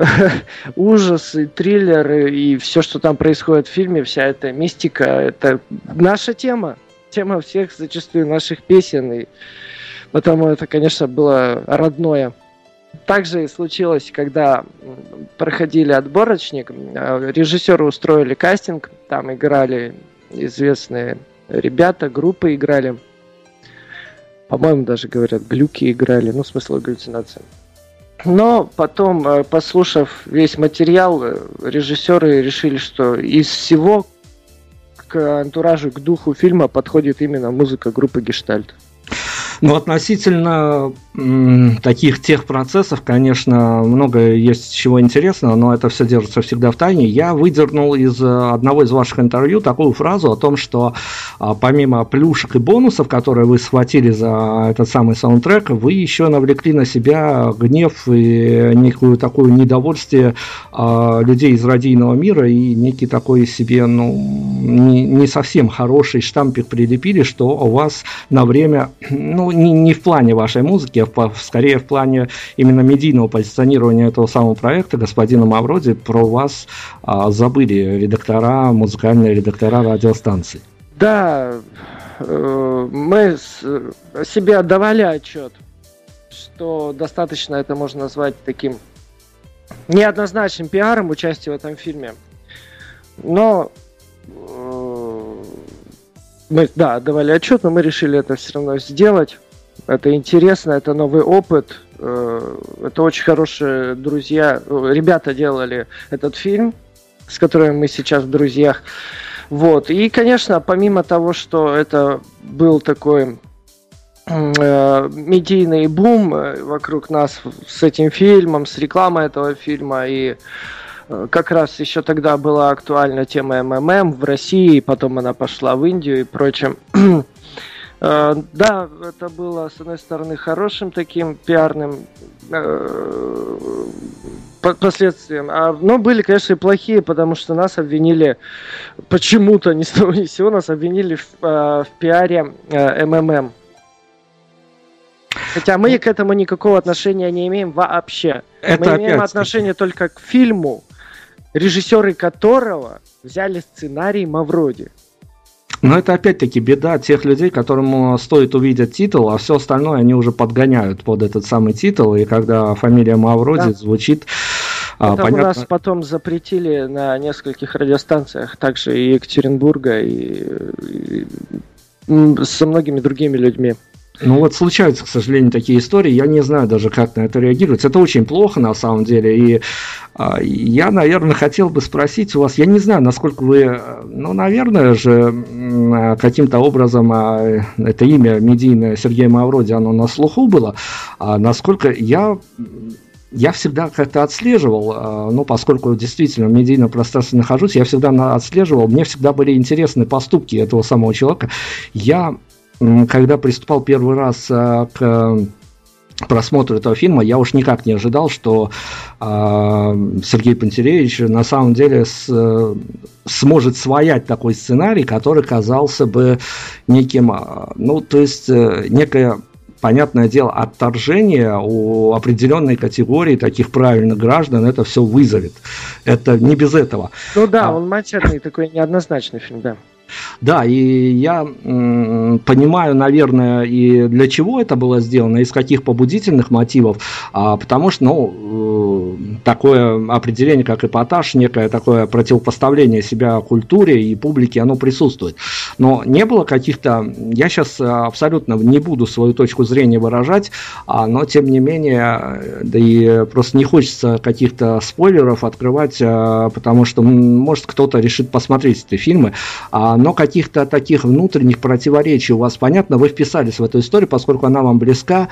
ужасы, триллеры и все, что там происходит в фильме, вся эта мистика, это наша тема. Тема всех зачастую наших песен. И потому это, конечно, было родное. Также и случилось, когда проходили отборочник, режиссеры устроили кастинг, там играли известные ребята, группы играли. По-моему, даже, говорят, глюки играли, ну, смысл галлюцинации. Но потом, послушав весь материал, режиссеры решили, что из всего к антуражу, к духу фильма подходит именно музыка группы «Гештальт». Ну, относительно м, таких тех процессов, конечно, много есть чего интересного, но это все держится всегда в тайне. Я выдернул из одного из ваших интервью такую фразу о том, что а, помимо плюшек и бонусов, которые вы схватили за этот самый саундтрек, вы еще навлекли на себя гнев и некую такую недовольствие а, людей из радийного мира и некий такой себе, ну, не, не совсем хороший штампик прилепили, что у вас на время, ну, не, не в плане вашей музыки, а в, скорее в плане именно медийного позиционирования этого самого проекта, господина Мавроди, про вас а, забыли редактора, музыкальные редактора радиостанций. Да, э, мы с, себе отдавали отчет, что достаточно это можно назвать таким неоднозначным пиаром участия в этом фильме. Но э, мы, да, отдавали отчет, но мы решили это все равно сделать. Это интересно, это новый опыт. Э, это очень хорошие друзья. Ребята делали этот фильм, с которыми мы сейчас в друзьях. Вот. И, конечно, помимо того, что это был такой э, медийный бум вокруг нас с этим фильмом, с рекламой этого фильма, и э, как раз еще тогда была актуальна тема эм эм эм в России, потом она пошла в Индию и прочее. э, да, это было, с одной стороны, хорошим таким пиарным э, последствиям. А, но были, конечно, и плохие, потому что нас обвинили почему-то, ни с того ни с сего, нас обвинили в, э, в пиаре э, эм эм эм. Хотя мы к этому никакого отношения не имеем вообще. Это мы имеем отношение только к фильму, режиссеры которого взяли сценарий Мавроди. Но это опять-таки беда тех людей, которым стоит увидеть титул, а все остальное они уже подгоняют под этот самый титул, и когда фамилия Мавроди, да, звучит... Это понятно... у нас потом запретили на нескольких радиостанциях, также и Екатеринбурга, и, и, и со многими другими людьми. Ну вот случаются, к сожалению, такие истории, я не знаю даже, как на это реагировать. Это очень плохо, на самом деле, и а, я, наверное, хотел бы спросить у вас, я не знаю, насколько вы, ну, наверное же, каким-то образом а, это имя медийное Сергея Мавроди, оно на слуху было, а насколько я... Я всегда как-то отслеживал, ну, поскольку действительно в медийном пространстве нахожусь, я всегда отслеживал, мне всегда были интересны поступки этого самого человека. Я, когда приступал первый раз к просмотру этого фильма, я уж никак не ожидал, что Сергей Пантелеевич на самом деле с, сможет своять такой сценарий, который казался бы неким, ну, то есть некое... Понятное дело, отторжение у определенной категории таких правильных граждан это все вызовет. Это не без этого. Ну да, он матерный, такой неоднозначный фильм, да. Да, и я м, понимаю, наверное, и для чего это было сделано, из каких побудительных мотивов, а, потому что, ну, э, такое определение, как эпатаж, некое такое противопоставление себя культуре и публике, оно присутствует. Но не было каких-то, я сейчас абсолютно не буду свою точку зрения выражать, а, но тем не менее, да и просто не хочется каких-то спойлеров открывать, а, потому что, может, кто-то решит посмотреть эти фильмы, а, но каких-то таких внутренних противоречий у вас, понятно, вы вписались в эту историю, поскольку она вам близка,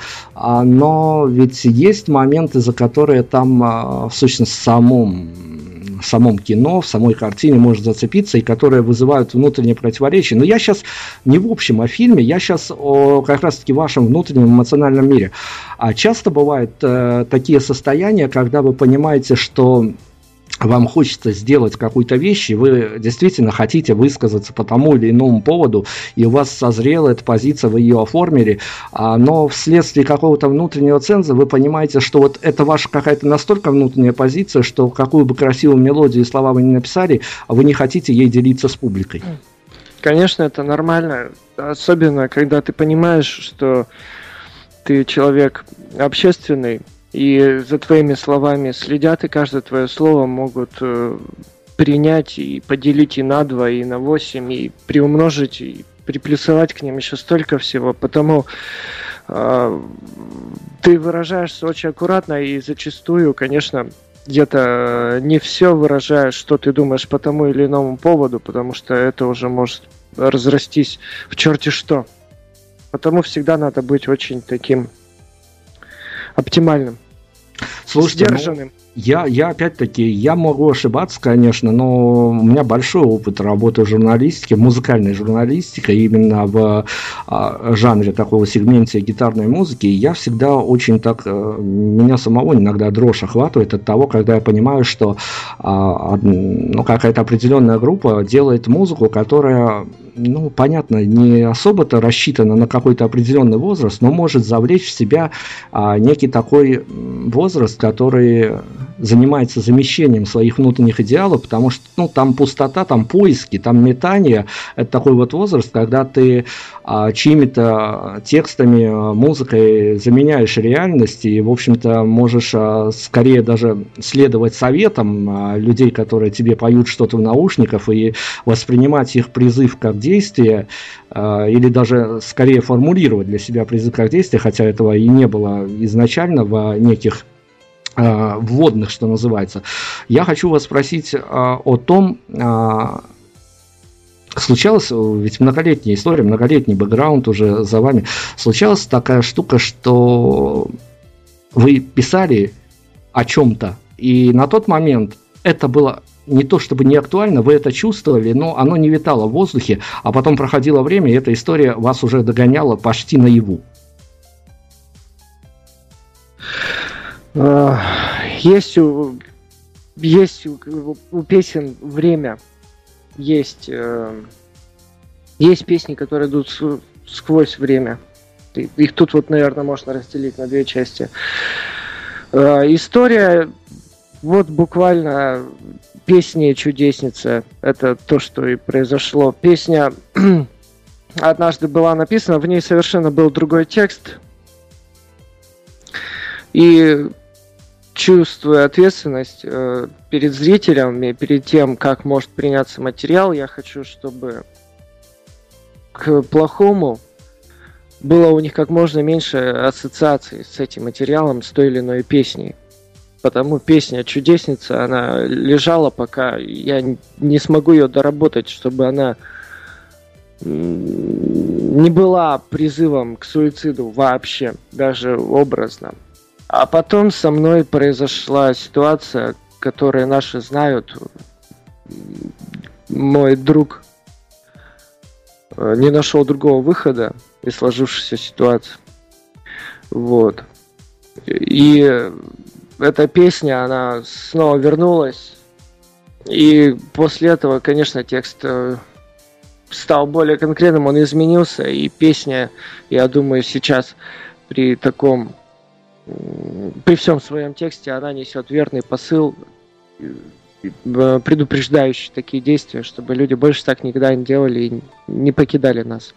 но ведь есть моменты, за которые там, в сущности, в самом, в самом кино, в самой картине может зацепиться, и которые вызывают внутренние противоречия. Но я сейчас не в общем о фильме, я сейчас о как раз-таки вашем внутреннем эмоциональном мире. А часто бывают э, такие состояния, когда вы понимаете, что вам хочется сделать какую-то вещь, и вы действительно хотите высказаться по тому или иному поводу, и у вас созрела эта позиция, вы ее оформили, но вследствие какого-то внутреннего ценза вы понимаете, что вот это ваша какая-то настолько внутренняя позиция, что какую бы красивую мелодию и слова вы ни написали, вы не хотите ей делиться с публикой. Конечно, это нормально, особенно когда ты понимаешь, что ты человек общественный, и за твоими словами следят, и каждое твое слово могут э, принять и поделить и на два, и на восемь, и приумножить, и приплюсовать к ним еще столько всего. Потому э, ты выражаешься очень аккуратно, и зачастую, конечно, где-то не все выражаешь, что ты думаешь по тому или иному поводу, потому что это уже может разрастись в черти что. Потому всегда надо быть очень таким оптимальным. Слушайте, сдержанным. Ну, я, я опять-таки, я могу ошибаться, конечно, но у меня большой опыт работы в журналистике, в музыкальной журналистике, именно в а, жанре такого сегменте гитарной музыки. И я всегда очень так, а, меня самого иногда дрожь охватывает от того, когда я понимаю, что а, ну, какая-то определенная группа делает музыку, которая, ну, понятно, не особо-то рассчитана на какой-то определенный возраст, но может завлечь в себя а, некий такой возраст, который занимается замещением своих внутренних идеалов, потому что ну, там пустота, там поиски, там метание. Это такой вот возраст, когда ты а, чьими-то текстами, музыкой заменяешь реальность и, в общем-то, можешь а, скорее даже следовать советам а, людей, которые тебе поют что-то в наушниках, и воспринимать их призыв как действие, а, или даже скорее формулировать для себя призыв как действие, хотя этого и не было изначально в неких а, вводных, что называется. Я хочу вас спросить а, о том, а, случалось, ведь многолетняя история, многолетний бэкграунд уже за вами, случалась такая штука, что вы писали о чем-то, и на тот момент это было не то чтобы не актуально, вы это чувствовали, но оно не витало в воздухе, а потом проходило время, и эта история вас уже догоняла почти наяву. Есть у, есть у, у песен время, есть, есть песни, которые идут сквозь время. Их тут вот, наверное, можно разделить на две части. История, вот буквально песня «Чудесница», это то, что и произошло. Песня однажды была написана, в ней совершенно был другой текст. И чувствуя ответственность э, перед зрителем и перед тем, как может приняться материал, я хочу, чтобы к плохому было у них как можно меньше ассоциаций с этим материалом, с той или иной песней. Потому песня «Чудесница», она лежала, пока я не смогу ее доработать, чтобы она не была призывом к суициду вообще, даже образно. А потом со мной произошла ситуация, которую наши знают. Мой друг не нашел другого выхода из сложившейся ситуации. Вот. И эта песня, она снова вернулась. И после этого, конечно, текст стал более конкретным, он изменился. И песня, я думаю, сейчас при таком, при всем своем тексте, она несет верный посыл, предупреждающий такие действия, чтобы люди больше так никогда не делали и не покидали нас.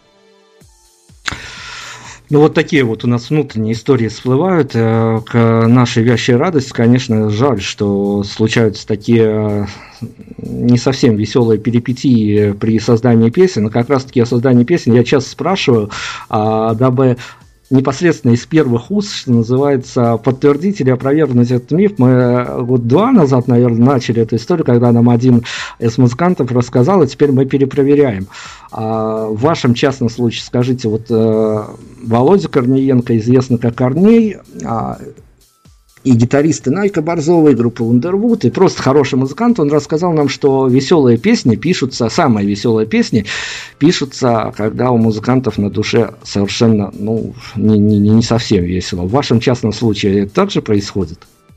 Ну, вот такие вот у нас внутренние истории всплывают. К нашей вящей радости, конечно, жаль, что случаются такие не совсем веселые перипетии при создании песен. Но как раз-таки о создании песен я часто спрашиваю, дабы непосредственно из первых уст, что называется, подтвердить или опровергнуть этот миф. Мы год два назад, наверное, начали эту историю, когда нам один из музыкантов рассказал, и теперь мы перепроверяем. А в вашем частном случае, скажите, вот э, Володя Корниенко, известный как Корней, а, и гитаристы Найка Борзова, и группа Underwood, и просто хороший музыкант, он рассказал нам, что веселые песни пишутся, самые веселые песни пишутся, когда у музыкантов на душе совершенно, ну, не, не, не совсем весело. В вашем частном случае это также происходит?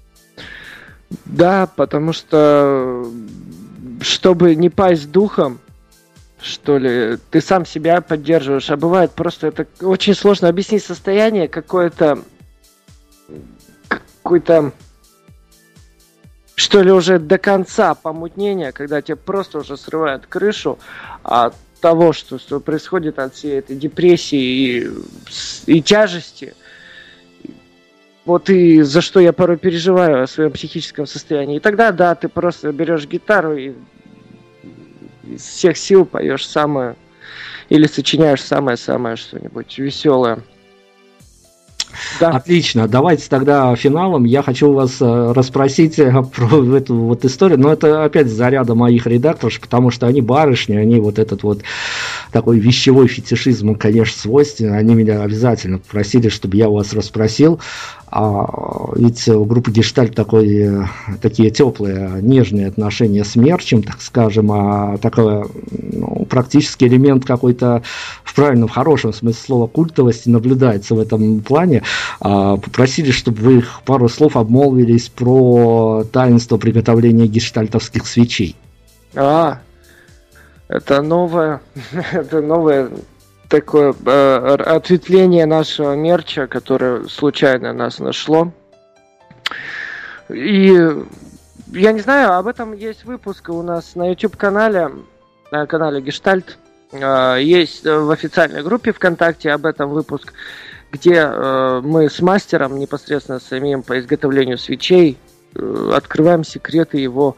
Да, потому что, чтобы не пасть духом, что ли, ты сам себя поддерживаешь, а бывает просто это очень сложно объяснить состояние какое-то, какое-то, что ли, уже до конца помутнения, когда тебе просто уже срывает крышу от того, что, что происходит, от всей этой депрессии и, и тяжести. Вот и за что я порой переживаю о своем психическом состоянии. И тогда, да, ты просто берешь гитару и из всех сил поешь самое, или сочиняешь самое-самое что-нибудь веселое. Да. Отлично. Давайте тогда финалом. Я хочу вас расспросить про эту вот историю, но это опять с заряда моих редакторов, потому что они барышни, они вот этот вот такой вещевой фетишизм, конечно, свойственен. Они меня обязательно попросили, чтобы я у вас расспросил. А ведь у группы Гештальт такой, такие теплые, нежные отношения с мерчем, так скажем, а такой, ну, практически элемент какой-то в правильном, в хорошем смысле слова культовости наблюдается в этом плане. А, попросили, чтобы вы их пару слов обмолвились про таинство приготовления гештальтовских свечей. А, это новое, это новое такое э, ответвление нашего мерча, которое случайно нас нашло. И я не знаю, об этом есть выпуск у нас на YouTube-канале, на канале Гештальт. Есть в официальной группе ВКонтакте об этом выпуск, где мы с мастером, непосредственно самим по изготовлению свечей, открываем секреты его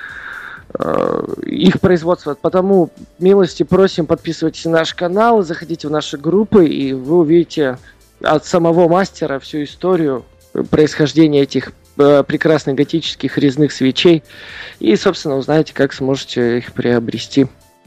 их производства. Потому милости просим, подписывайтесь на наш канал, заходите в наши группы, и вы увидите от самого мастера всю историю происхождения этих прекрасных готических резных свечей. И, собственно, узнаете, как сможете их приобрести.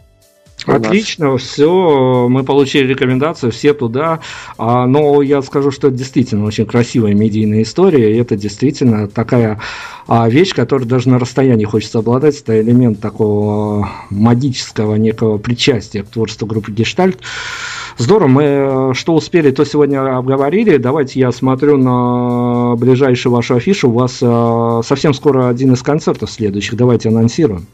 Отлично, все, мы получили рекомендацию, все туда, а, но я скажу, что это действительно очень красивая медийная история, и это действительно такая а, вещь, которая даже на расстоянии хочется обладать, это элемент такого магического некого причастия к творчеству группы Гештальт. Здорово, мы что успели, то сегодня обговорили. Давайте я смотрю на ближайшую вашу афишу, у вас а, совсем скоро один из концертов следующих, давайте анонсируем.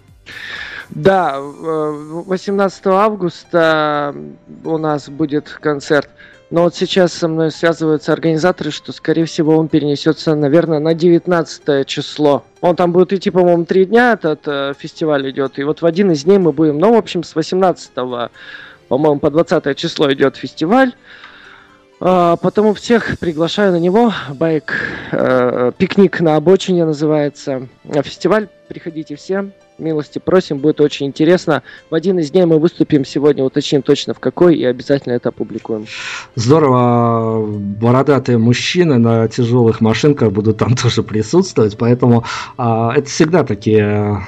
Да, восемнадцатого августа у нас будет концерт, но вот сейчас со мной связываются организаторы, что, скорее всего, он перенесется, наверное, на девятнадцатое число. Он там будет идти, по-моему, три дня, этот э, фестиваль идет, и вот в один из дней мы будем, ну, в общем, с восемнадцатого, по-моему, по двадцатое число идет фестиваль, э, потому всех приглашаю на него, байк, э, пикник на обочине называется, фестиваль, приходите все. Милости просим, будет очень интересно. В один из дней мы выступим сегодня, уточним точно в какой, и обязательно это опубликуем. Здорово, бородатые мужчины на тяжелых машинках будут там тоже присутствовать, поэтому а, это всегда такие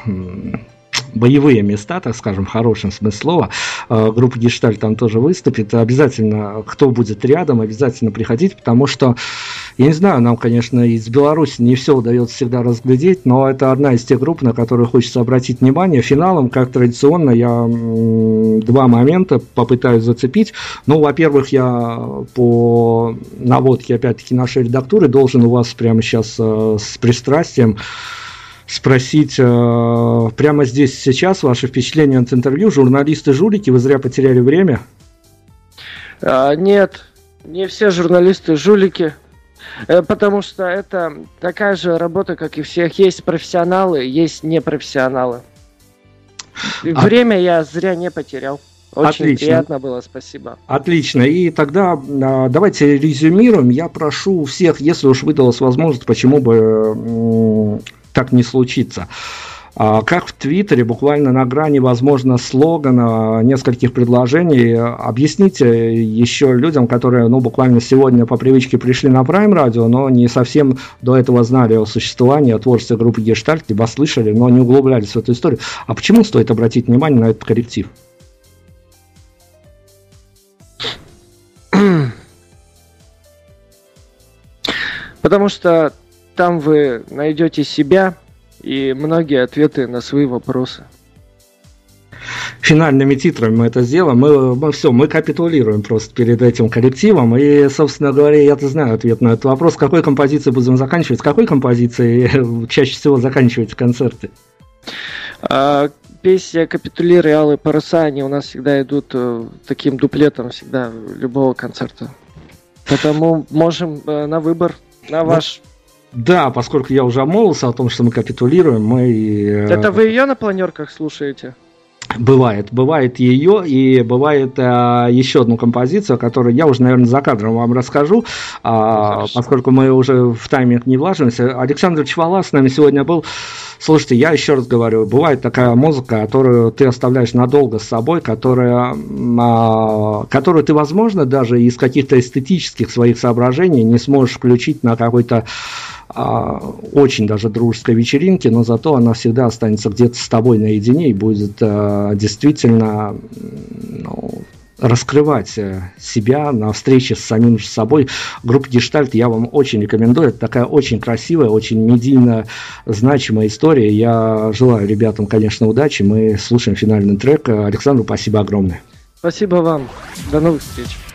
боевые места, так скажем, в хорошем смысле слова. Группа Гештальт там тоже выступит. Обязательно, кто будет рядом, обязательно приходите, потому что, я не знаю, нам, конечно, из Беларуси не все удается всегда разглядеть, но это одна из тех групп, на которые хочется обратить внимание. Финалом, как традиционно, я два момента попытаюсь зацепить. Ну, во-первых, я по наводке, опять-таки, нашей редактуры должен у вас прямо сейчас с пристрастием спросить э, прямо здесь сейчас ваше впечатление от интервью. Журналисты-жулики, вы зря потеряли время? А, нет, не все журналисты жулики, э, потому что это такая же работа, как и всех. Есть профессионалы, есть непрофессионалы. А... Время я зря не потерял. Очень Отлично. Приятно было, спасибо. Отлично. И тогда э, давайте резюмируем. Я прошу всех, если уж выдалась возможность, почему бы... Э, так не случится. Как в Твиттере, буквально на грани, возможно, слогана, нескольких предложений, объясните еще людям, которые, ну, буквально сегодня по привычке пришли на Prime Radio, но не совсем до этого знали о существовании, о творчестве группы Гештальт, либо слышали, но не углублялись в эту историю. А почему стоит обратить внимание на этот коллектив? Потому что там вы найдете себя и многие ответы на свои вопросы. Финальными титрами мы это сделаем. Мы, мы все, мы капитулируем просто перед этим коллективом. И, собственно говоря, я-то знаю ответ на этот вопрос. С какой композицией будем заканчивать? С какой композицией чаще всего заканчиваете концерты? А, песня «Капитулируй, алые паруса», они у нас всегда идут э, таким дуплетом всегда любого концерта. Поэтому можем э, на выбор, на ваш... Да, поскольку я уже обмолвился о том, что мы капитулируем, мы... Это вы ее на планерках слушаете? Бывает, бывает ее, и бывает а, еще одну композицию, которую я уже, наверное, за кадром вам расскажу, а, поскольку мы уже в тайминг не влажимся. Александр Чвала с нами сегодня был. Слушайте, я еще раз говорю, бывает такая музыка, которую ты оставляешь надолго с собой, которая, а, которую ты, возможно, даже из каких-то эстетических своих соображений не сможешь включить на какой-то очень даже дружеской вечеринки, но зато она всегда останется где-то с тобой наедине и будет э, действительно ну, раскрывать себя на встрече с самим же собой. Группа Гештальт я вам очень рекомендую. Это такая очень красивая, очень медийно значимая история. Я желаю ребятам, конечно, удачи. Мы слушаем финальный трек. Александру, спасибо огромное. Спасибо вам. До новых встреч.